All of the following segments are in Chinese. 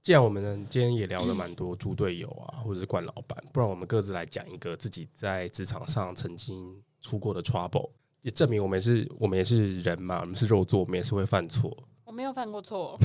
既然我们今天也聊了蛮多猪队友啊，或者是惯老板，不然我们各自来讲一个自己在职场上曾经出过的 trouble， 也证明我们也是人嘛，我们是肉做，我们也是会犯错。 我没有犯过错。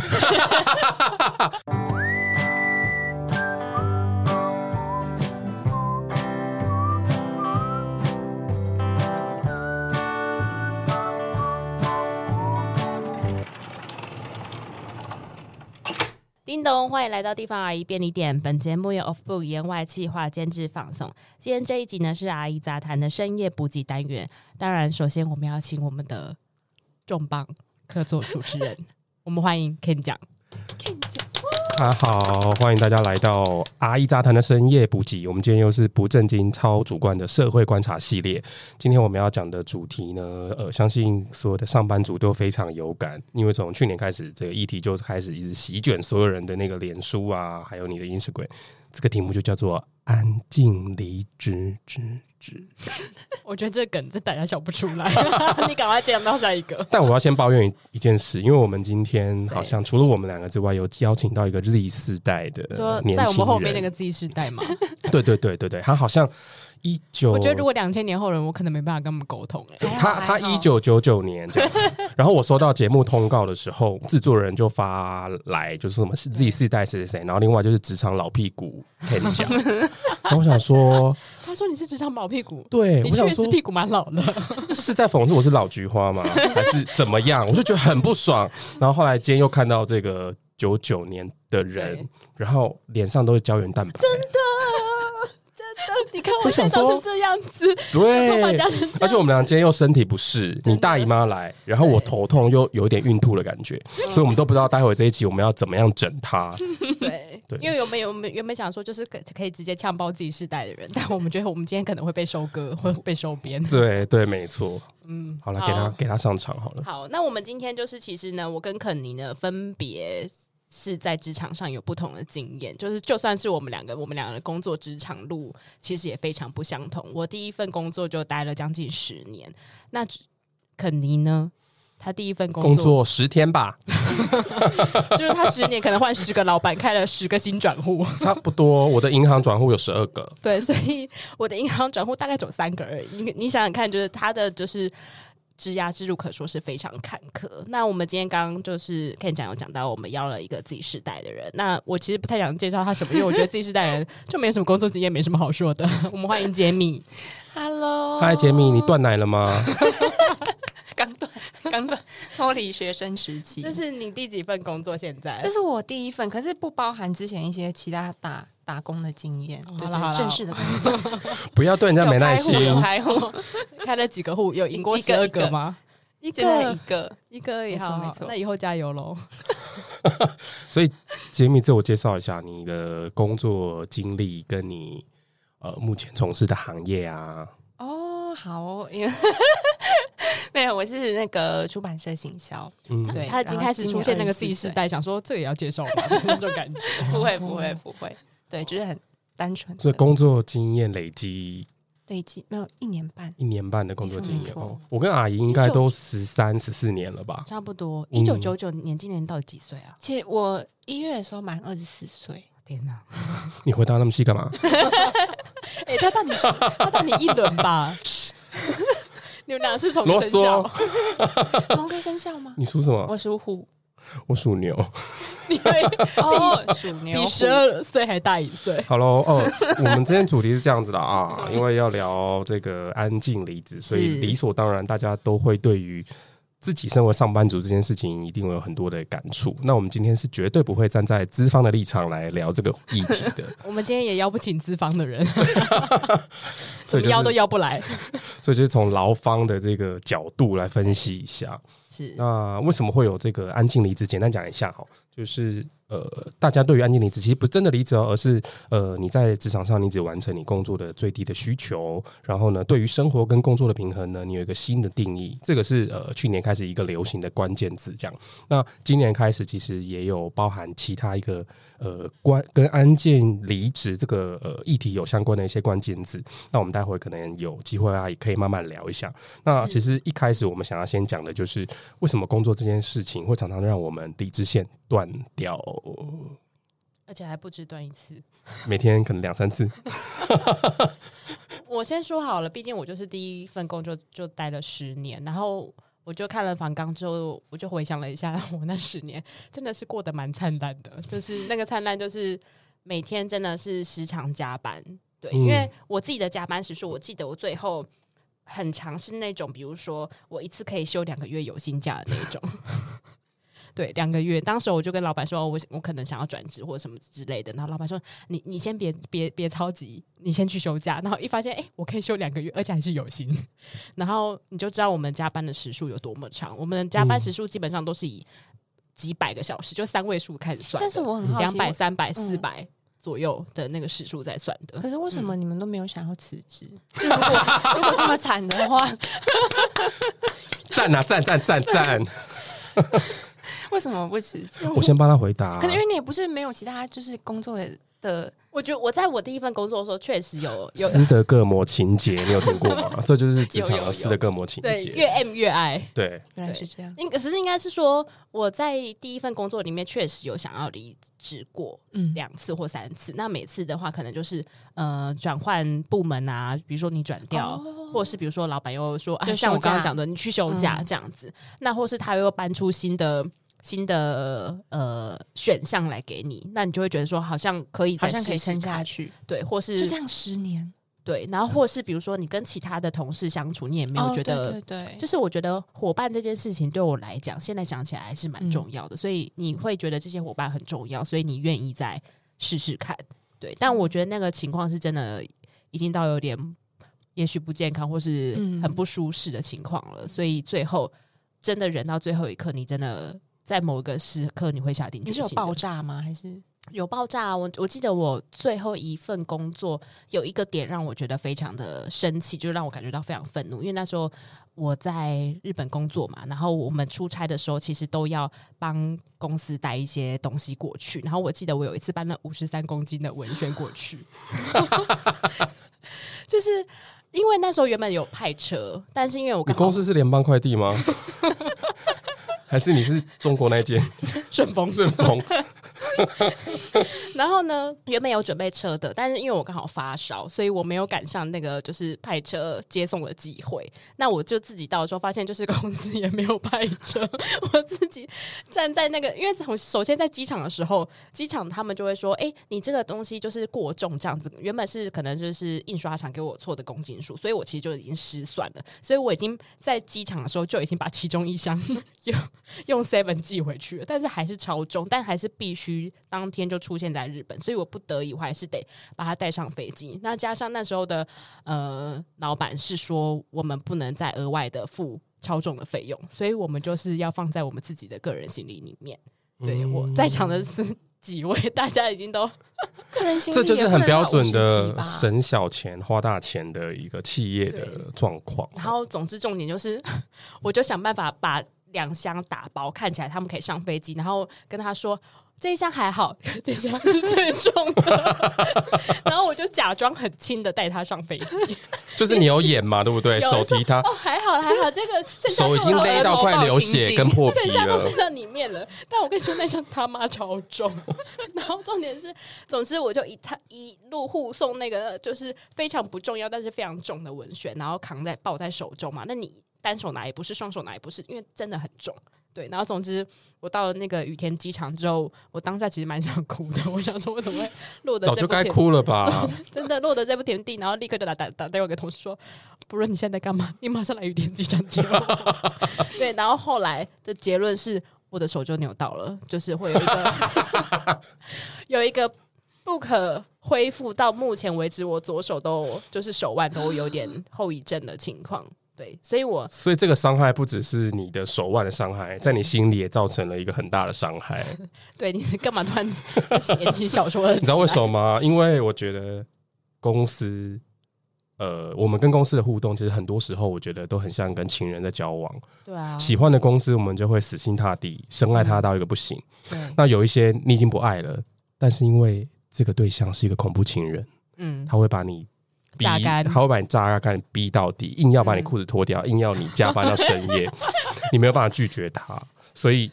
叮咚，欢迎来到地方阿姨便利店。本节目由 Offbook 言外企划监制放送。今天这一集呢是阿姨杂谈的深夜补给单元。当然，首先我们要请我们的重磅客座主持人，我们欢迎 Ken 酱。 大家好，欢迎大家来到阿姨杂谈的深夜补给。我们今天又是不正经超主观的社会观察系列。今天我们要讲的主题呢，相信所有的上班族都非常有感，因为从去年开始，这个议题就开始一直席卷所有人的那个脸书啊，还有你的 Instagram。这个题目就叫做“安静离职之”。 我觉得这梗是大家笑不出来，你赶快讲到下一个。 但我要先抱怨一件事，因为我们今天好像除了我们两个之外，有邀请到一个 Z 世代的年轻人， 在我们后面那个 Z 世代嘛。 对，他好像我觉得如果2000年后人，我可能没办法跟他们沟通。 他1999年这样，然后我收到节目通告的时候，制作人就发来就是什么 Z 世代谁谁谁，然后另外就是职场老屁股 Ken 讲，然后我想说， 他说你是职场老屁股， 对， 你确实屁股蛮老的， 是在讽刺我是老菊花吗？还是怎么样？我就觉得很不爽。然后后来今天又看到这个99年的人，然后脸上都是胶原蛋白， 真的。你看我现在长成这样子， 对，而且我们俩今天又身体不适，你大姨妈来，然后我头痛又有一点孕吐的感觉，所以我们都不知道待会这一集我们要怎么样整他。 对，因为我们原本想说就是可以直接呛爆自己世代的人，但我们觉得我们今天可能会被收割，会被收编。 对，没错。好了，给他上场好了。 好，那我们今天就是其实呢，我跟肯尼呢分别是在职场上有不同的经验，就算是我们两个的工作职场路其实也非常不相同。我第一份工作就待了将近10年，那肯尼呢？他第一份工作 10天吧， 就是他10年可能换10个老板，开了10个新转户， 差不多。我的银行转户有12个， 对，所以我的银行转户大概只有3个而已。你想想看，就是他的就是职涯之路可说是非常坎坷。那我们今天刚刚就是Ken讲有讲到，我们邀了一个Z世代的人。那我其实不太想介绍他什么，因为我觉得Z世代人就没什么工作经验，没什么好说的。我们欢迎杰米。 Hello， 嗨，杰米，你断奶了吗？ 刚断，脱离学生时期。 这是你第几份工作？现在这是我第一份，可是不包含之前一些其他打工的经验。对，正式的工作。 不要对人家没耐心。 有开户， 开了几个户？有赢过12个吗？ 一个而已。好， 没错。 那以后加油喽。 所以杰米，自我介绍一下你的工作经历跟你目前从事的行业啊。 好，因为没有，我是那个出版社行销，对， 他已经开始出现那个Z世代，想说这个也要介绍吗？那种感觉， 不会，对，就是很单纯。 所以工作经验累积没有1年半的工作经验哦。我跟阿姨应该都13、14年了吧？ 差不多。1999年，今年到底几岁啊？ 其实我1月的时候满24岁。 天哪！ 你回答那么细干嘛？ 他大你1轮吧？你们俩是同个生肖？ 同个生肖吗？ 你属什么？ 我属虎。 我属牛。 你属牛， 比12岁还大1岁。 好喽，我们今天主题是这样子的啊，因为要聊这个安静离职，所以理所当然，大家都会对于自己身为上班族这件事情一定会有很多的感触。那我们今天是绝对不会站在资方的立场来聊这个议题的。 我们今天也邀不请资方的人， 所以、 邀都邀不来。 所以就是从劳方的这个角度来分析一下。 是， 那为什么会有这个安静离职？简单讲一下哈，就是大家对于安静离职其实不是真的离职哦，而是你在职场上你只完成你工作的最低的需求，然后呢，对于生活跟工作的平衡呢，你有一个新的定义，这个是去年开始一个流行的关键字这样。那今年开始其实也有包含其他一个跟安静离职这个议题有相关的一些关键字，那我们待会可能有机会也可以慢慢聊一下。那其实一开始我们想要先讲的就是为什么工作这件事情会常常让我们理智线断掉。 而且还不止断一次， 每天可能2-3次。 我先说好了，毕竟我就是第一份工作就待了10年，然后我就看了访纲之后，我就回想了一下，我那10年真的是过得蛮灿烂的，就是那个灿烂就是每天真的是时常加班，对，因为我自己的加班时数，我记得我最后很长是那种，比如说我一次可以休2个月有薪假的那种。对，2个月，当时我就跟老板说，我可能想要转职或者什么之类的，然后老板说，你先别着急，你先去休假，然后一发现，我可以休2个月，而且还是有薪，然后你就知道我们加班的时数有多么长，我们的加班时数基本上都是以几百个小时，就3位数开始算的， 但是我很好奇 200、300、400。左右的那个时数在算的， 可是为什么你们都没有想要辞职？如果这么惨的话， 赞啊赞赞赞赞！ 为什么不辞职？ 我先帮他回答。 可是因为你也不是没有其他就是工作的， 我觉得我在我第一份工作的时候，确实有斯德哥尔摩情节，你有听过吗？这就是职场的斯德哥尔摩情对， 节。 越 M 越爱。 对， 原来是这样。 可是应该是说，我在第一份工作里面确实有想要离职过2次或3次。那每次的话，可能就是转换部门啊，比如说你转调，或者是比如说老板又说， 就像我刚刚讲的，你去休假这样子。那或是他又搬出新的选项来给你，那你就会觉得说好像可以再试试看， 好像可以撑下去， 对，或是就这样10年， 对，然后或是比如说你跟其他的同事相处，你也没有觉得， 对， 就是我觉得伙伴这件事情对我来讲，现在想起来还是蛮重要的，所以你会觉得这些伙伴很重要，所以你愿意再试试看，对，但我觉得那个情况是真的已经到有点也许不健康或是很不舒适的情况了，所以最后真的忍到最后一刻，你真的在某一个时刻你会下定决心。 你是有爆炸吗？还是有爆炸啊？我记得我最后一份工作有一个点让我觉得非常的生气，就让我感觉到非常愤怒。因为那时候我在日本工作嘛，然后我们出差的时候其实都要帮公司带一些东西过去。然后我记得我有一次搬了53公斤的文宣过去，就是因为那时候原本有派车，但是因为我你公司是联邦快递吗？还是你是中国那一间顺丰？然后呢，原本有准备车的，但是因为我刚好发烧，所以我没有赶上那个就是派车接送的机会。那我就自己到的时候，发现就是公司也没有派车，我自己站在那个，因为首先在机场的时候，机场他们就会说：“你这个东西就是过重这样子。”原本是可能就是印刷厂给我错的公斤数，所以我其实就已经失算了。所以我已经在机场的时候就已经把其中一箱用 7 寄回去了，但是还是超重，但还是必须当天就出现在日本，所以我不得已我还是得把它带上飞机。那加上那时候的老板是说我们不能再额外的付超重的费用，所以我们就是要放在我们自己的个人行李里面。对，我在场的是几位，大家已经都个人行李， 这就是很标准的省小钱花大钱的一个企业的状况。 然后总之重点就是，我就想办法把2箱打包，看起来他们可以上飞机，然后跟他说这一箱还好，这一箱是最重的。然后我就假装很轻的带他上飞机， 就是你有演嘛，对不对？手提他还好，这个手已经勒到快流血跟破皮了， 剩下都是在里面了。但我跟你说，那箱他妈超重。然后重点是，总之我就一路护送那个就是非常不重要但是非常重的文宣，然后抱在手中嘛。那你单手拿也不是，双手拿也不是，因为真的很重。对，然后总之我到了那个羽田机场之后，我当下其实蛮想哭的。我想说，我怎么会落得早就该哭了吧？ 真的落得这步田地，然后立刻就打电话给同事说，不论你现在在干嘛，你马上来羽田机场接我。对，然后后来的结论是我的手就扭到了，就是会有一个有一个不可恢复到目前为止，我左手都就是手腕都有点后遗症的情况。对，所以这个伤害不只是你的手腕的伤害，在你心里也造成了一个很大的伤害。 对，你干嘛突然写起小说了？ 你知道为什么吗？因为我觉得公司，我们跟公司的互动，其实很多时候我觉得都很像跟情人在交往。 对啊， 喜欢的公司，我们就会死心塌地，深爱他到一个不行。 对， 那有一些你已经不爱了，但是因为这个对象是一个恐怖情人，他会把你榨干， 他会把你榨干逼到底，硬要把你裤子脱掉，硬要你加班到深夜，你没有办法拒绝他，所以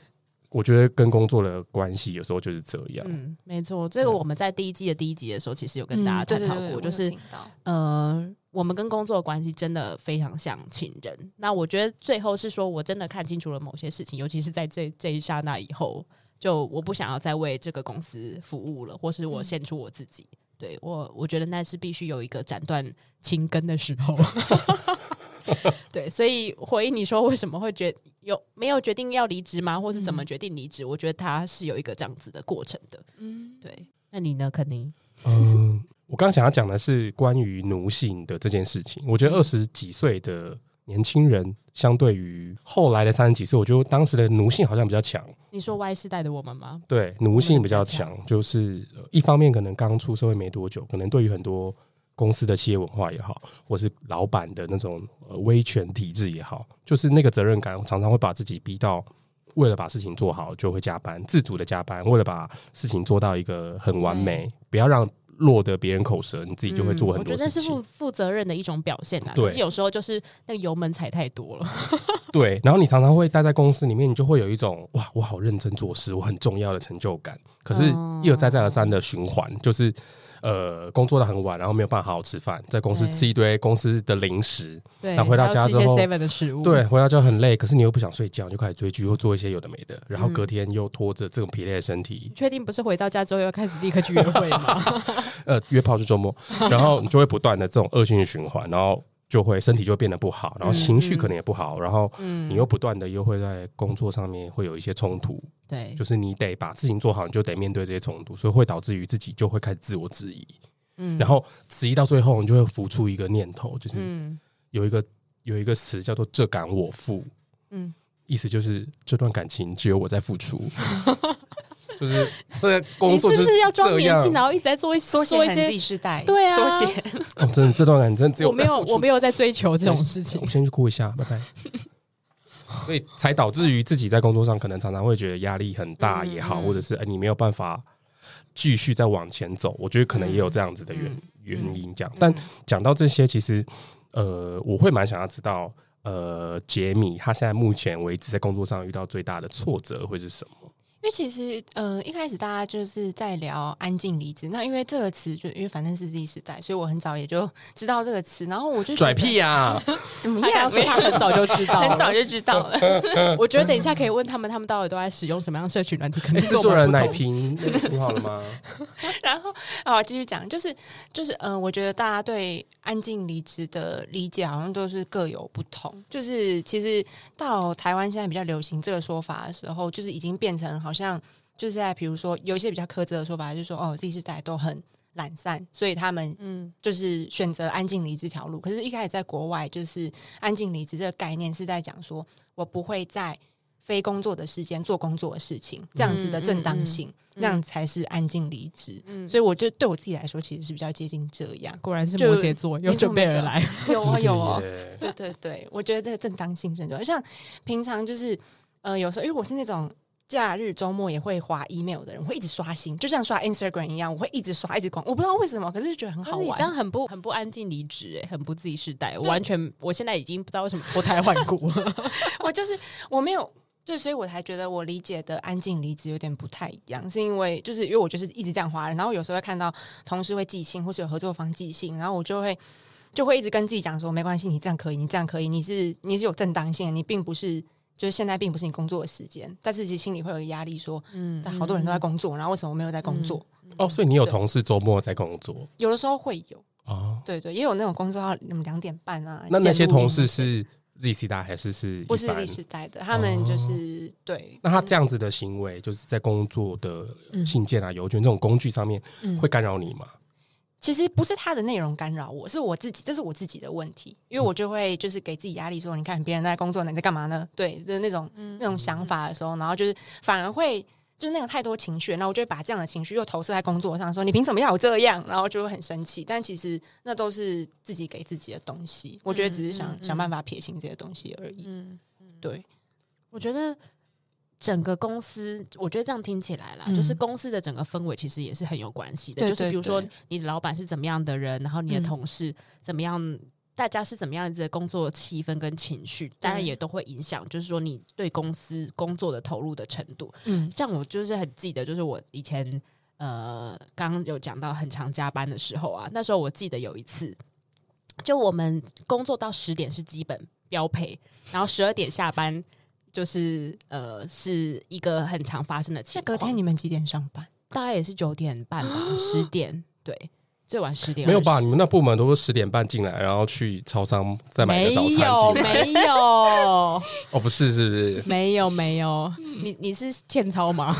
我觉得跟工作的关系有时候就是这样。 没错，这个我们在第一季的时候，其实有跟大家探讨过，就是我们跟工作的关系真的非常像亲人。那我觉得最后是说我真的看清楚了某些事情，尤其是在这一刹那以后，就我不想要再为这个公司服务了，或是我献出我自己。对，我觉得那是必须有一个斩断情根的时候。对，所以回应你说为什么会没有决定要离职吗，或是怎么决定离职，我觉得它是有一个这样子的过程的。对。那你呢，肯尼？ 我刚想要讲的是关于奴性的这件事情。我觉得20几岁的年轻人，相对于后来的30几岁，我觉得当时的奴性好像比较强。 你说 Y 世代的我们吗？ 对，奴性比较强，就是一方面可能刚出社会没多久，可能对于很多公司的企业文化也好，或是老板的那种威权体制也好，就是那个责任感常常会把自己逼到为了把事情做好就会加班，自主的加班，为了把事情做到一个很完美，不要让落得别人口舌，你自己就会做很多事情。 我觉得那是负责任的一种表现啊。可是有时候就是那个油门踩太多了。 对，然后你常常会待在公司里面，你就会有一种哇，我好认真做事，我很重要的成就感。可是一而再再而三的循环，就是工作到很晚，然后没有办法好好吃饭，在公司吃一堆公司的零食， 对， 然后回到家之后， 7-11的食物， 对，回到家很累，可是你又不想睡觉，就开始追剧或做一些有的没的，然后隔天又拖着这种疲累的身体。 确定不是回到家之后又开始立刻去约会吗？ 约炮是周末，然后你就会不断的这种恶性循环，然后就会身体就会变得不好，然后情绪可能也不好，然后你又不断的又会在工作上面会有一些冲突。 对， 就是你得把事情做好，你就得面对这些冲突，所以会导致于自己就会开始自我质疑。然后质疑到最后，你就会浮出一个念头，就是有一个词叫做“这感我负”，意思就是这段感情只有我在付出。就是这个工作就是你是不是要装年轻，然后一直在做一些 Z世代？ 对啊， 缩写。 真的这段感情真的只有我没有在追求这种事情。 我先去哭一下，拜拜。所以才导致于自己在工作上可能常常会觉得压力很大也好，或者是你没有办法继续再往前走。我觉得可能也有这样子的原因。这样，但讲到这些，其实我会蛮想要知道，杰米他现在目前为止在工作上遇到最大的挫折会是什么？ 因为其实一开始大家就是在聊安静离职，那因为这个词就因为反正是 Z 世代，所以我很早也就知道这个词，然后我就拽屁呀， 怎么样？ 他很早就知道了， 很早就知道了。 我觉得等一下可以问他们到底都在使用什么样的社群软体，可能制作人奶瓶煮好了吗？ 然后继续讲，就是我觉得大家对安静离职的理解好像都是各有不同。就是其实到台湾现在比较流行这个说法的时候，就是已经变成好像就是在比如说有一些比较苛责的说法，就是说Z世代都很懒散，所以他们就是选择安静离职这条路。可是一开始在国外，就是安静离职这个概念是在讲说我不会在非工作的时间做工作的事情，这样子的正当性，这样才是安静离职。所以我就对我自己来说，其实是比较接近这样。 果然是摩羯座，有准备而来， 有哦，对对对，我觉得这个正当性很重要。像平常就是有时候因为我是那种假日周末也会滑 email 的人，我会一直刷新，就像刷 Instagram 一样，我会一直刷一直逛，我不知道为什么，可是就觉得很好玩。 你这样很不安静离职，很不Z世代，我现在已经不知道为什么脱胎换骨了。 我没有。对，所以我才觉得我理解的安静离职有点不太一样，是因为我就是一直这样滑人，然后有时候会看到同事会寄信，或是有合作方寄信，然后我就会一直跟自己讲说，没关系，你这样可以，你这样可以，你是有正当性的，你并不是就是现在并不是你工作的时间，但是其实心里会有压力说，但好多人都在工作，然后为什么我没有在工作？ 所以你有同事周末在工作？ 有的时候会有对对，也有那种工作到2点半啊。 那些同事是Z 世代还是不是 Z 世代的？他们就是对。那他这样子的行为，就是在工作的信件啊、邮件这种工具上面，会干扰你吗？ 其实不是他的内容干扰我，是我自己，这是我自己的问题，因为我就会就是给自己压力说，你看别人在工作，你在干嘛呢？对，就是那种想法的时候，然后就是反而会就是那种太多情绪，然后我就会把这样的情绪又投射在工作上，说你凭什么要我这样？然后就会很生气。但其实那都是自己给自己的东西，我觉得只是想办法撇清这些东西而已。对， 我觉得整个公司，我觉得这样听起来啦，就是公司的整个氛围其实也是很有关系的。就是比如说你的老板是怎么样的人，然后你的同事怎么样大家是怎么样子的工作气氛跟情绪，当然也都会影响，就是说你对公司工作的投入的程度。像我就是很记得，就是我以前刚刚有讲到很常加班的时候啊，那时候我记得有一次，就我们工作到10点是基本标配，然后12点下班就是是一个很常发生的情况。 那隔天你们几点上班？ 大概也是9点半吧，10点，对。最晚10点没有吧？你们那部门都是10点半进来，然后去超商再买个早餐进来。 没有哦，不是，是不是？ 没有，你是欠操吗？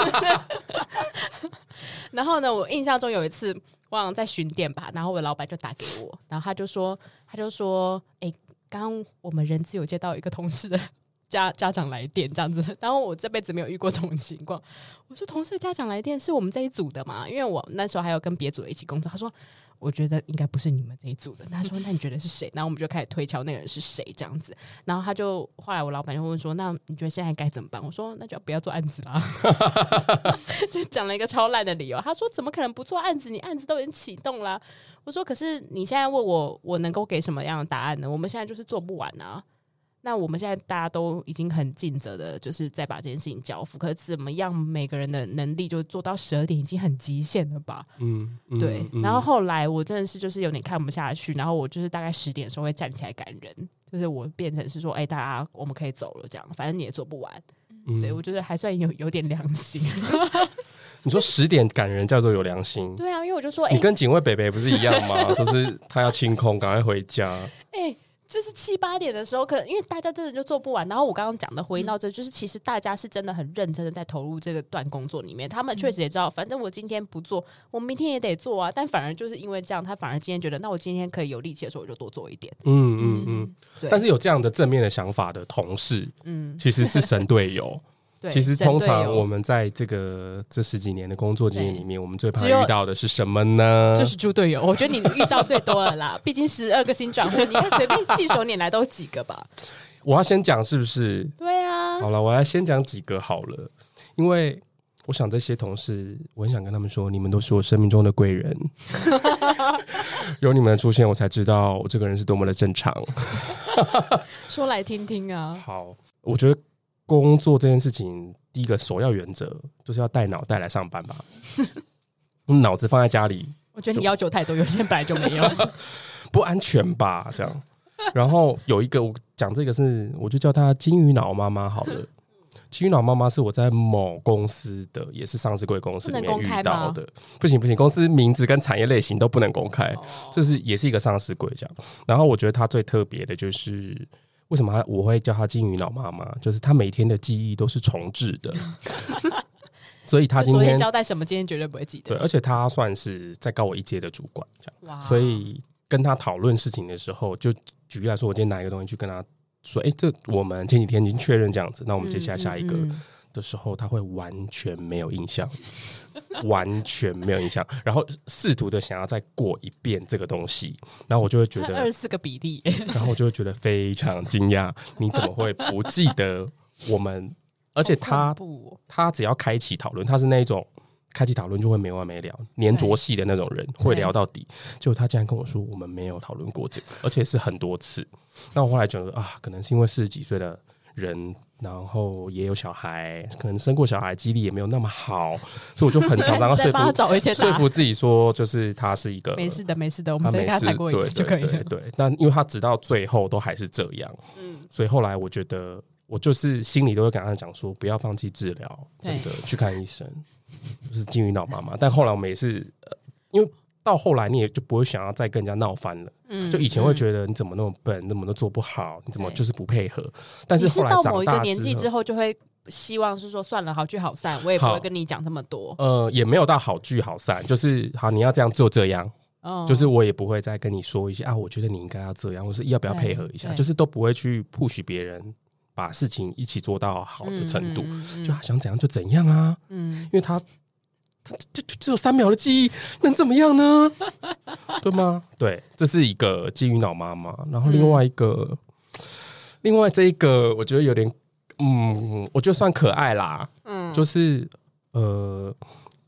然后呢，我印象中有一次，我好像在巡店吧，然后我的老板就打给我，然后他就说，哎，刚刚我们人资有接到一个同事的家长来电这样子，然后我这辈子没有遇过这种情况。我说同事家长来电是我们这一组的嘛？因为我那时候还有跟别组的一起工作。他说我觉得应该不是你们这一组的。他说那你觉得是谁？然后我们就开始推敲那个人是谁这样子。然后他就后来我老板就问说，那你觉得现在该怎么办？我说那就不要做案子啦。就讲了一个超烂的理由。他说怎么可能不做案子？你案子都已经启动啦。我说可是你现在问我能够给什么样的答案呢？我们现在就是做不完啊。那我们现在大家都已经很尽责的，就是再把这件事情交付。可是怎么样，每个人的能力就做到12点，已经很极限了吧？对。然后后来我真的是就是有点看不下去，然后我就是大概10点的时候会站起来赶人，就是我变成是说，哎，大家我们可以走了，这样，反正你也做不完。对，我觉得还算有点良心。 你说10点赶人叫做有良心？ 对啊，因为我就说， 你跟警卫北北不是一样吗？就是他要清空，赶快回家。 就是7、8点的时候，可能因为大家真的就做不完。然后我刚刚讲的回应到这，就是其实大家是真的很认真的在投入这个段工作里面。他们确实也知道，反正我今天不做，我明天也得做啊。但反而就是因为这样，他反而今天觉得，那我今天可以有力气的时候，我就多做一点。 对。但是有这样的正面的想法的同事，其实是神队友。其实通常我们在这10几年的工作经验里面，我们最怕遇到的是什么呢？ 就是猪队友。我觉得你遇到最多了啦，毕竟12个新转户，你看随便细手拈来都几个吧。 我要先讲是不是？ 对啊。 好了，我要先讲几个好了，因为我想这些同事，我很想跟他们说，你们都是我生命中的贵人。有你们的出现，我才知道我这个人是多么的正常。 说来听听啊。 好，我觉得工作这件事情，第一个首要原则就是要带脑袋来上班吧。脑子放在家里， 我觉得你要求太多，有些人本来就没有。 不安全吧？这样。然后有一个我讲这个是，我就叫她金鱼脑妈妈好了。金鱼脑妈妈是我在某公司的，也是上市柜公司里面遇到的。不行，公司名字跟产业类型都不能公开，这是也是一个上市柜这样。然后我觉得她最特别的就是。为什么我会叫她金鱼脑妈妈？就是她每天的记忆都是重置的，所以她今天交代什么，今天绝对不会记得。 对，而且她算是再高我一阶的主管，这样，所以跟她讨论事情的时候，就举例来说，我今天拿一个东西去跟她说，这我们前几天已经确认这样子，那我们接下来下一个的时候，她会完全没有印象，完全没有印象，然后试图的想要再过一遍这个东西，然后我就会觉得 24个比例， 然后我就会觉得非常惊讶，你怎么会不记得我们？而且他只要开启讨论，他是那种开启讨论就会没完没了、黏着系的那种人，会聊到底。结果他竟然跟我说，我们没有讨论过这个，而且是很多次。那我后来觉得可能是因为40几岁的人。然后也有小孩，可能生过小孩，记忆力也没有那么好，所以我就很常常要说服自己说，就是他是一个没事的，我们再跟他谈过一次就可以了。 对，但因为他直到最后都还是这样，所以后来我觉得我就是心里都会跟他讲说，不要放弃治疗，真的去看医生，就是金鱼脑妈妈。但后来我们也是，因为。到后来你也就不会想要再跟人家闹翻了，就以前会觉得你怎么那么笨，你怎么都做不好，你怎么就是不配合？但是后来长大到某一个年纪之后，就会希望是说算了，好聚好散，我也不会跟你讲这么多。 也没有到好聚好散，就是好你要这样做这样，就是我也不会再跟你说一些我觉得你应该要这样，或是要不要配合一下，就是都不会去 push 别人把事情一起做到好的程度，就他想怎样就怎样啊，因为他就只有3秒的记忆，能怎么样呢？对吗？对，这是一个金鱼脑妈妈。然后另外这一个，我觉得有点，我觉得算可爱啦。就是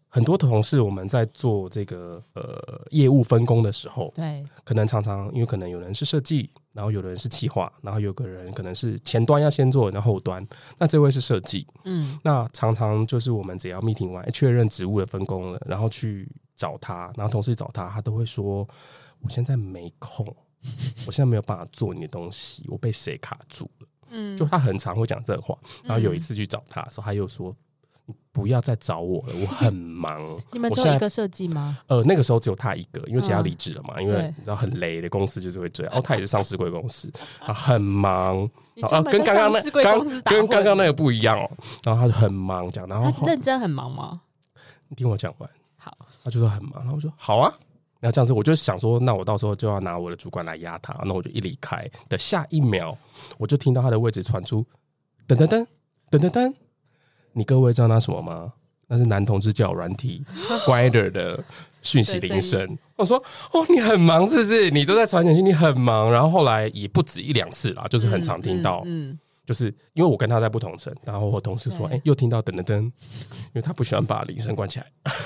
很多同事我们在做这个业务分工的时候， 对， 可能常常因为可能有人是设计，然后有人是企划，然后有个人可能是前端要先做，然后后端，那这位是设计，那常常就是我们只要 meeting 完确认职务的分工了，然后去找他，然后同事找他，他都会说我现在没空，我现在没有办法做你的东西，我被谁卡住了，就他很常会讲这话，然后有一次去找他的时候，他又说你不要再找我了，我很忙。 你们只有一个设计吗？ 那个时候只有他一个，因为其他离职了嘛。因为你知道很雷的公司就是会这样。他也是上市柜公司，很忙。跟刚刚那个不一样哦。然后他就很忙，这样。然后他认真很忙吗？ 你听我讲完。 好， 他就说很忙，然后我说好啊。然后这样子，我就想说，那我到时候就要拿我的主管来压他。那我就一离开的下一秒，我就听到他的位置传出噔噔噔噔噔噔。你各位知道那什么吗？那是男同志交友软体 Grindr 的讯息铃声。我说哦，你很忙是不是？你都在传简讯，你很忙。然后后来也不止一两次啦，就是很常听到，就是因为我跟他在不同层，然后我同事说，又听到噔噔噔，因为他不喜欢把铃声关起来。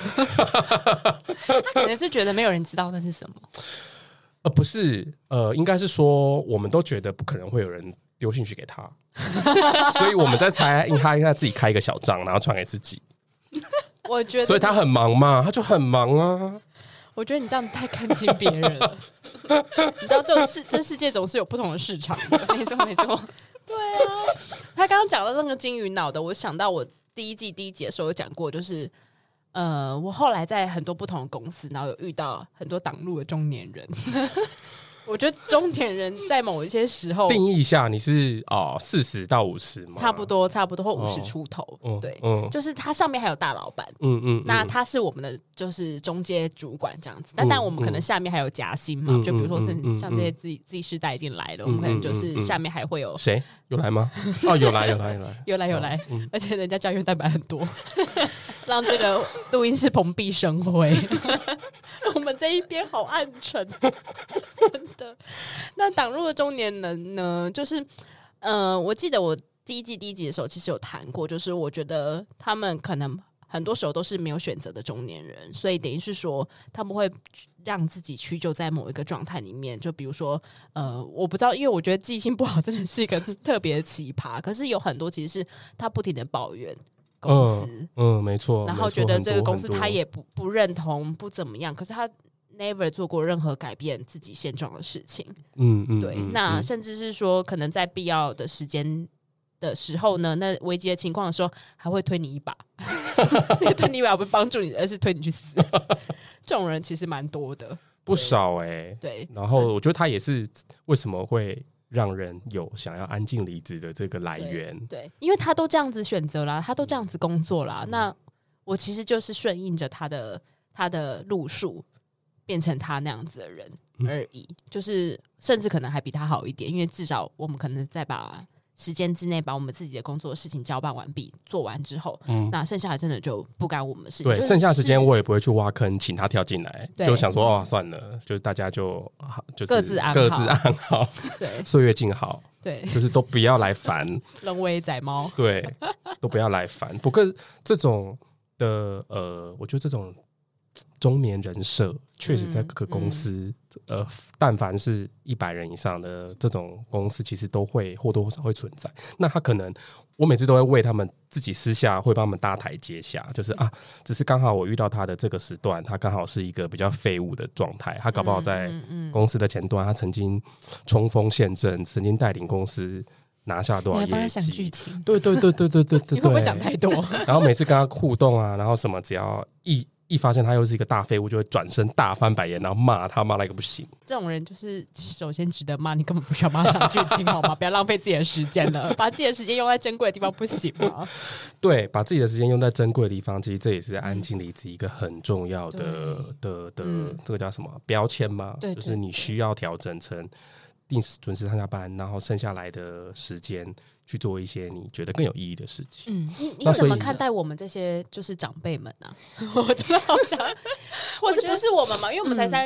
他可能是觉得没有人知道那是什么。 不是，应该是说我们都觉得不可能会有人丢讯息给他，所以我们在猜他应该自己开一个小账，然后传给自己。 我觉得， 所以他很忙嘛，他就很忙啊。 我觉得你这样太看轻别人了。你知道这世界总是有不同的市场的。 没错没错。 对啊，他刚刚讲到那个金鱼脑的，我想到我第一季的时候有讲过，就是我后来在很多不同的公司，然后有遇到很多挡路的中年人。我觉得中年人在某一些时候定义一下，你是40到50吗？ 差不多或50出头，对，就是他上面还有大老板，那他是我们的就是中阶主管这样子，但我们可能下面还有夹心嘛，就比如说像这些自己世代已经来了，我们可能就是下面还会有谁有来吗？有来， 而且人家胶原蛋白很多，让这个录音室蓬荜生辉。我们这一边好暗沉，真的。那挡路的中年人呢？就是我记得我第一季的时候，其实有谈过，就是我觉得他们可能很多时候都是没有选择的中年人，所以等于是说他们会让自己屈就在某一个状态里面。就比如说我不知道，因为我觉得记性不好真的是一个特别的奇葩。可是有很多其实是他不停的抱怨公司， 没错， 然后觉得这个公司他也不认同，不怎么样，可是他 never 做过任何改变自己现状的事情，对，那甚至是说可能在必要的时间的时候呢，那危急的情况的时候还会推你一把，推你一把不是帮助你，而是推你去死。这种人其实蛮多的， 不少对， 然后我觉得他也是为什么会让人有想要安静离职的这个来源， 对，因为他都这样子选择啦，他都这样子工作啦，那我其实就是顺应着他的路数，变成他那样子的人而已，就是甚至可能还比他好一点，因为至少我们可能在把时间之内把我们自己的工作的事情交办完毕，做完之后，那剩下的真的就不干我们的事情。 对，剩下时间我也不会去挖坑，请他跳进来，就想说算了，就是大家就是各自安好， 对， 岁月静好， 对， 就是都不要来烦， 人为宰猫， 对，都不要来烦。不过这种的我觉得这种中年人设确实在各个公司，但凡是100人以上的这种公司，其实都会或多或少会存在。那他可能，我每次都会为他们自己私下会帮他们搭台阶下，就是只是刚好我遇到他的这个时段，他刚好是一个比较废物的状态，他搞不好在公司的前端，他曾经冲锋陷阵，曾经带领公司拿下多少业绩？ 你还帮他想剧情？ 对，你会不会想太多？ 然后每次跟他互动啊，然后什么只要一发现他又是一个大废物，就会转身大翻白眼，然后骂他骂到一个不行。 这种人就是首先值得骂，你根本不需要帮他想剧情好吗？不要浪费自己的时间了，把自己的时间用在珍贵的地方不行吗？ 对，把自己的时间用在珍贵的地方，其实这也是安静离职一个很重要的这个叫什么标签吗？ 对， 就是你需要调整成定时准时上下班，然后剩下来的时间去做一些你觉得更有意义的事情。 你怎么看待我们这些就是长辈们啊？我真的好想，或是不是我们嘛？因为我们才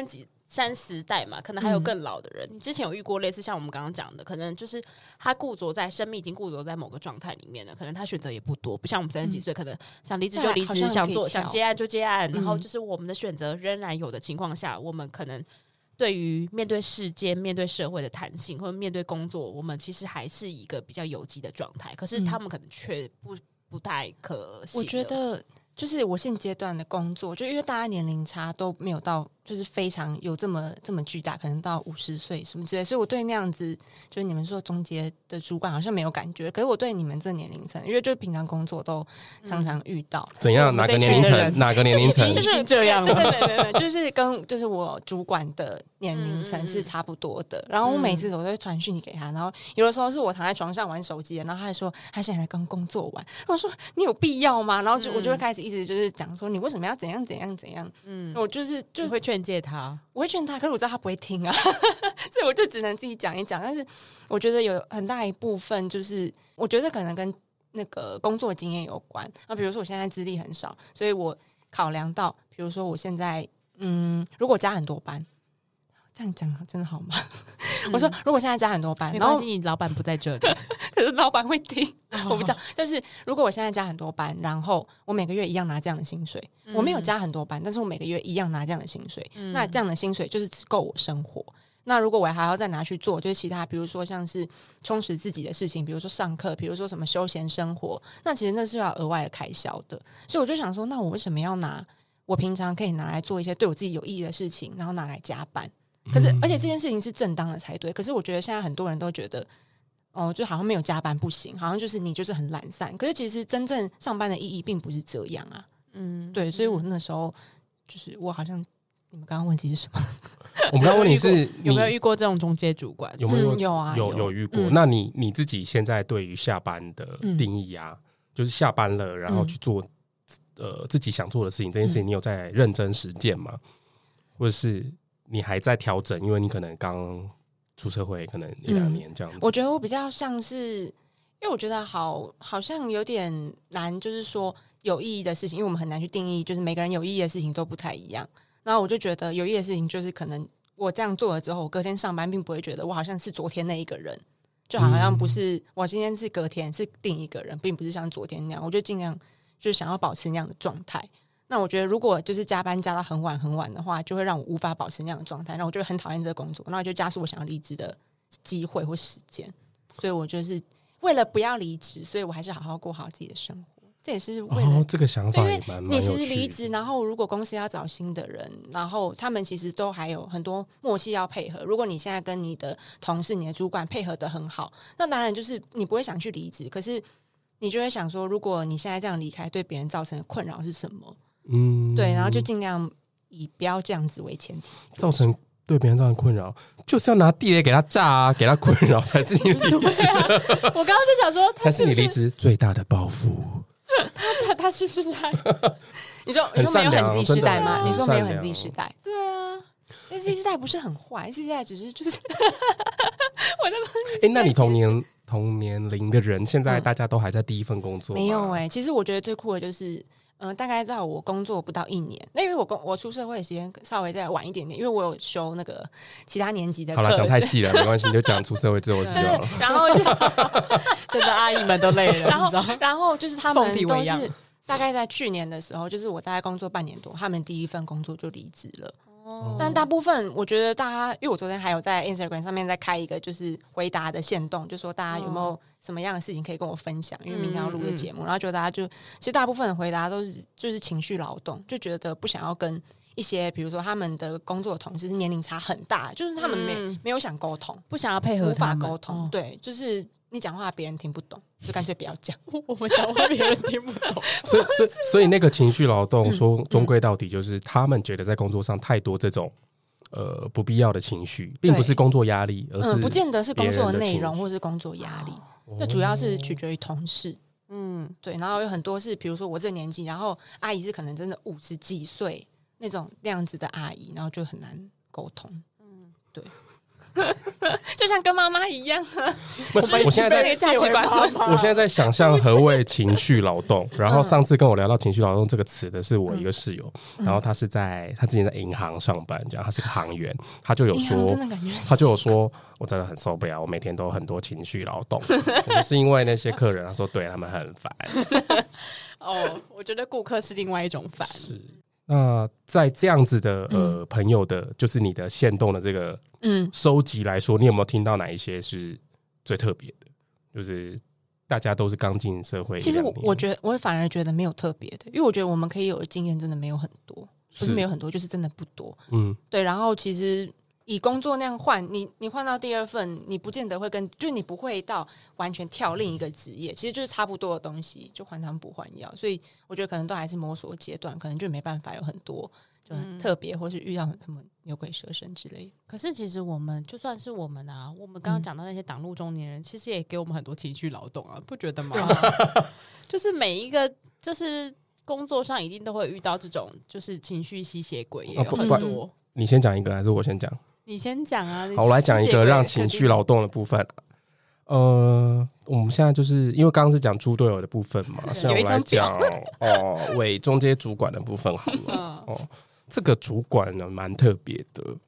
30代嘛，可能还有更老的人。你之前有遇过类似像我们刚刚讲的，可能就是他固着在生命已经固着在某个状态里面了，可能他选择也不多，不像我们30几岁，可能想离职就离职，想接案就接案，然后就是我们的选择仍然有的情况下，我们可能对于面对世界、面对社会的弹性，或者面对工作，我们其实还是一个比较有机的状态。可是他们可能却不太可行。 我觉得就是我现阶段的工作，就因为大家年龄差都没有到，就是非常有这么巨大，可能到50岁什么之类，所以我对那样子就是你们说中阶的主管好像没有感觉。可是我对你们这年龄层，因为就平常工作都常常遇到， 怎样？哪个年龄层？哪个年龄层？ 就是这样吗？ 对，就是我主管的年龄层是差不多的。然后我每次我都会传讯息给他，然后有的时候是我躺在床上玩手机，然后他还说他现在才刚工作完，我说你有必要吗？然后我就会开始一直就是讲说你为什么要怎样怎样怎样。我就是会劝诫他， 我会劝他，可是我知道他不会听啊，所以我就只能自己讲一讲。但是我觉得有很大一部分就是我觉得可能跟那个工作经验有关。那比如说我现在资历很少，所以我考量到比如说我现在如果加很多班，这样讲真的好吗？我说如果现在加很多班， 没关系，你老板不在这里， 可是老板会听，我不知道。就是如果我现在加很多班，然后我每个月一样拿这样的薪水，我没有加很多班，但是我每个月一样拿这样的薪水，那这样的薪水就是只够我生活。那如果我还要再拿去做，就是其他，比如说像是充实自己的事情，比如说上课，比如说什么休闲生活，那其实那是要额外的开销的。所以我就想说，那我为什么要拿我平常可以拿来做一些对我自己有意义的事情，然后拿来加班？可是，而且这件事情是正当的才对。可是我觉得现在很多人都觉得，就好像没有加班不行，好像就是你就是很懒散。可是其实真正上班的意义并不是这样啊。对，所以我那时候就是我好像，你们刚刚问题是什么？ 我们刚刚问你是有没有遇过这种中阶主管？ 有没有？ 有啊， 有遇过。那你自己现在对于下班的定义啊，就是下班了然后去做自己想做的事情，这件事情你有在认真实践吗？或者是你还在调整？因为你可能刚出社会，可能1-2年这样子。 我觉得我比较像是，因为我觉得好像有点难，就是说有意义的事情，因为我们很难去定义，就是每个人有意义的事情都不太一样。然后我就觉得有意义的事情，就是可能我这样做了之后，我隔天上班并不会觉得我好像是昨天那一个人，就好像不是我今天是隔天是另一个人，并不是像昨天那样。我就尽量就是想要保持那样的状态。那我觉得如果就是加班加到很晚很晚的话，就会让我无法保持那样的状态，那我就会很讨厌这个工作，那我就加速我想要离职的机会或时间。所以我就是为了不要离职，所以我还是好好过好自己的生活。这也是为了这个想法也蛮有趣的。 你其实离职，然后如果公司要找新的人，然后他们其实都还有很多默契要配合。如果你现在跟你的同事、你的主管配合得很好，那当然就是你不会想去离职，可是你就会想说，如果你现在这样离开，对别人造成的困扰是什么？对，然后就尽量以不要这样子为前提， 造成对别人造成困扰，就是要拿地雷给他炸啊，给他困扰才是你离职。 我刚刚就想说， 才是你离职最大的报复。 他是不是在？ 你说没有很 Z 世代吗？你说没有很 Z 世代？ 对啊， 但 Z 世代不是很坏，Z 世代只是就是我的。那你同年龄的人，现在大家都还在第一份工作吗？ 没有其实我觉得最酷的就是。大概在我工作不到1年，那因为我出社会的时间稍微再晚一点点，因为我有修那个其他年级的课。 好了，讲太细了，没关系，你就讲出社会之后知道了。 然后真的阿姨们都累了， 然后就是他们都是大概在去年的时候，就是我大概工作半年多，他们第一份工作就离职了。但大部分我觉得大家，因为我昨天还有在 Instagram 上面再开一个就是回答的限动，就说大家有没有什么样的事情可以跟我分享，因为明天要录的节目，然后就大家其实大部分的回答都是就是情绪劳动，就觉得不想要跟一些比如说他们的工作的同事是年龄差很大，就是他们没有想沟通， 不想要配合， 无法沟通，对，就是你讲话别人听不懂，就干脆不要讲。 我们讲话别人听不懂， 所以那个情绪劳动，说终归到底就是他们觉得在工作上太多这种不必要的情绪，并不是工作压力，而是不见得是工作的内容或是工作压力，这主要是取决于同事。对，然后有很多是，比如说我这个年纪，然后阿姨是可能真的50几岁那样子的阿姨，然后就很难沟通。对。 就像跟妈妈一样啊。 我现在在那个价值观， 我现在在想象何谓情绪劳动。然后上次跟我聊到情绪劳动这个词的是我一个室友，然后他之前在银行上班，这样他是个行员，他就有说，我真的很受不了，我每天都很多情绪劳动，就是因为那些客人，他说对他们很烦。 哦，我觉得顾客是另外一种烦。 是。那在这样子的朋友的，就是你的限动的这个收集来说，你有没有听到哪一些是最特别的？就是大家都是刚进社会， 其实我觉得我反而觉得没有特别的，因为我觉得我们可以有的经验真的没有很多，不是没有很多，就是真的不多。对。然后其实以工作那样换，你换到第二份，你不见得会就是你不会到完全跳另一个职业，其实就是差不多的东西，就换汤不换药。所以我觉得可能都还是摸索阶段，可能就没办法有很多就很特别，或是遇到什么牛鬼蛇神之类的。 可是其实我们就算是我们啊，我们刚刚讲到那些挡路中年人，其实也给我们很多情绪劳动啊，不觉得吗？就是每一个就是工作上一定都会遇到这种就是情绪吸血鬼，也有很多。 你先讲一个还是我先讲？ 你先讲啊！ 好，我来讲一个让情绪劳动的部分。我们现在就是因为刚刚是讲猪队友的部分嘛，现在我来讲伪中阶主管的部分好了。这个主管呢蛮特别的。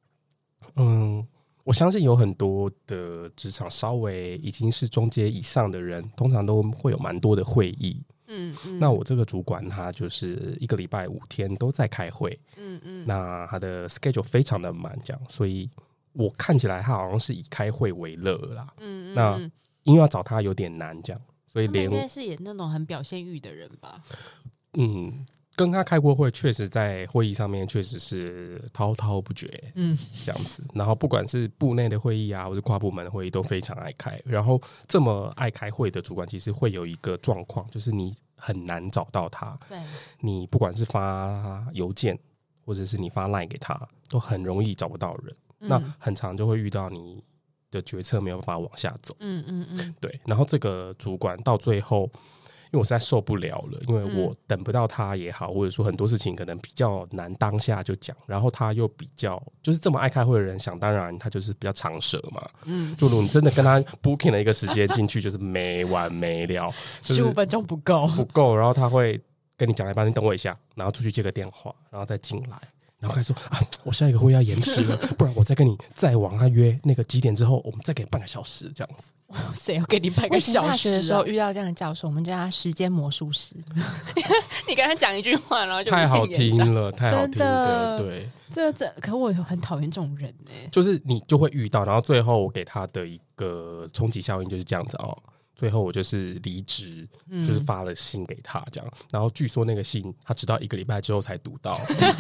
我相信有很多的职场稍微已经是中阶以上的人，通常都会有蛮多的会议。那我这个主管他就是一个礼拜5天都在开会。那他的 schedule 非常的满，这样，所以我看起来他好像是以开会为乐啦。那因为要找他有点难，这样，所以连应该是也那种很表现欲的人吧。 跟他开过会，确实在会议上面确实是滔滔不绝，这样子。然后不管是部内的会议啊，或是跨部门的会议，都非常爱开。然后这么爱开会的主管，其实会有一个状况，就是你很难找到他。 对， 你不管是发邮件，或者是你发 LINE 给他，都很容易找不到人。那很常就会遇到你的决策没有办法往下走。对。然后这个主管到最后，因为我实在受不了了，因为我等不到他也好，或者说很多事情可能比较难当下就讲，然后他又比较就是这么爱开会的人，想当然他就是比较长舌嘛。就如果你真的跟他 booking 了一个时间进去，就是没完没了 ，15分钟不够， 然后他会跟你讲来吧，你等我一下，然后出去接个电话，然后再进来。然后开始说我下一个会要延迟了，不然我再跟你再往他约那个几点之后，我们再给半个小时这样子。 谁要给你半个小时？ 大学的时候遇到这样的教授，我们叫他时间魔术师。你跟他讲一句话，然后就太好听了，太好听了，对。 可我很讨厌这种人就是你就会遇到，然后最后我给他的一个冲击效应就是这样子最后我就是离职，就是发了信给他这样，然后据说那个信他直到1个礼拜之后才读到。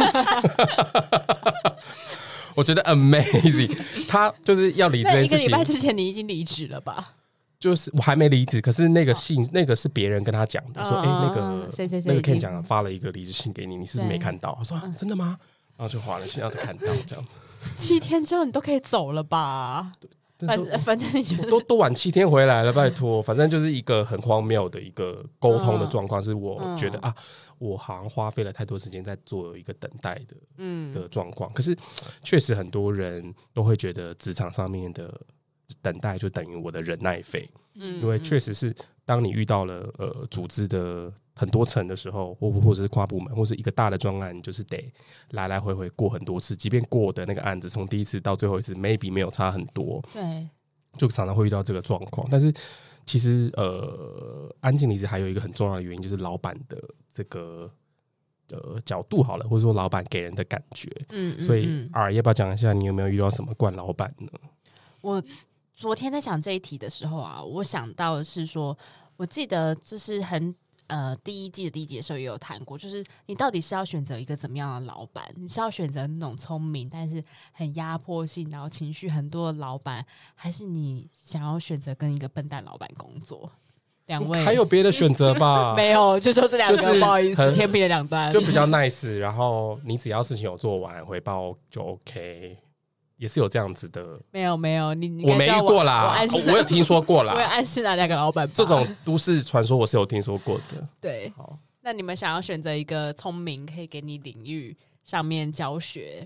我觉得 amazing， 他就是要离这件事情。 1个礼拜之前你已经离职了吧？ 就是我还没离职，可是那个信那个是别人跟他讲的，说那个谁那个 Ken 讲发了一个离职信给你，你是不是没看到？我说真的吗？然后就划了信，然后才看到这样子。 7天之后你都可以走了吧？反正你都晚7天回来了，拜托。反正就是一个很荒谬的一个沟通的状况，是我觉得我好像花费了太多时间在做一个等待的状况。可是确实很多人都会觉得职场上面的等待就等于我的忍耐费，因为确实是当你遇到了组织的很多层的时候，或者是跨部门，或是一个大的专案，你就是得来来回回过很多次，即便过的那个案子从第一次到最后一次 maybe 没有差很多， 对， 就常常会遇到这个状况。但是其实安静离职还有一个很重要的原因，就是老板的这个角度好了，或者说老板给人的感觉。所以要不要讲一下你有没有遇到什么惯老板呢？ 我昨天在想这一题的时候我想到的是说，我记得就是第一季的时候也有谈过，就是你到底是要选择一个怎么样的老板？你是要选择那种聪明但是很压迫性，然后情绪很多的老板，还是你想要选择跟一个笨蛋老板工作？两位还有别的选择吧？ 没有，就说这两个， 就是不好意思，天平的两端， 就比较 nice， 然后你只要事情有做完，回报就 OK。也是有这样子的， 没有，你我没遇过啦，我有听说过啦， 我有暗示哪两个老板， 这种都市传说我是有听说过的。 对，那你们想要选择一个聪明，可以给你领域上面教学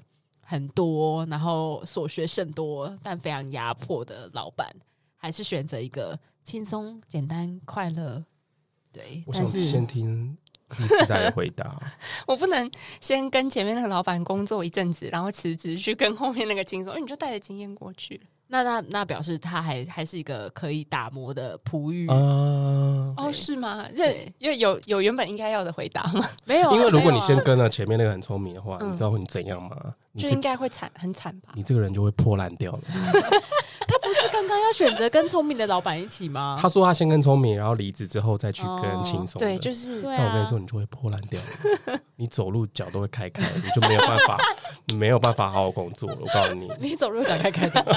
很多，然后所学甚多，但非常压迫的老板，还是选择一个轻松、简单、快乐？对， 我想但是先听第四代的回答。 我不能先跟前面那个老板工作一阵子，然后辞职去跟后面那个轻松，因为你就带着经验过去了。 那表示他还是一个可以打磨的璞玉哦，是吗？因为有原本应该要的回答吗？ 没有啊、 因为如果你没有啊先跟了前面那个很聪明的话，你知道你怎样吗？ 就应该会很惨吧？ 你这个人就会破烂掉了。 他不是刚刚要选择跟聪明的老板一起吗？ 他说他先跟聪明，然后离职之后再去跟轻松的。 对，就是对啊， 但我跟你说，你就会破烂掉了。你走路脚都会开开，你就没有办法，你没有办法好好工作了。我告诉你， 你走路脚开开的，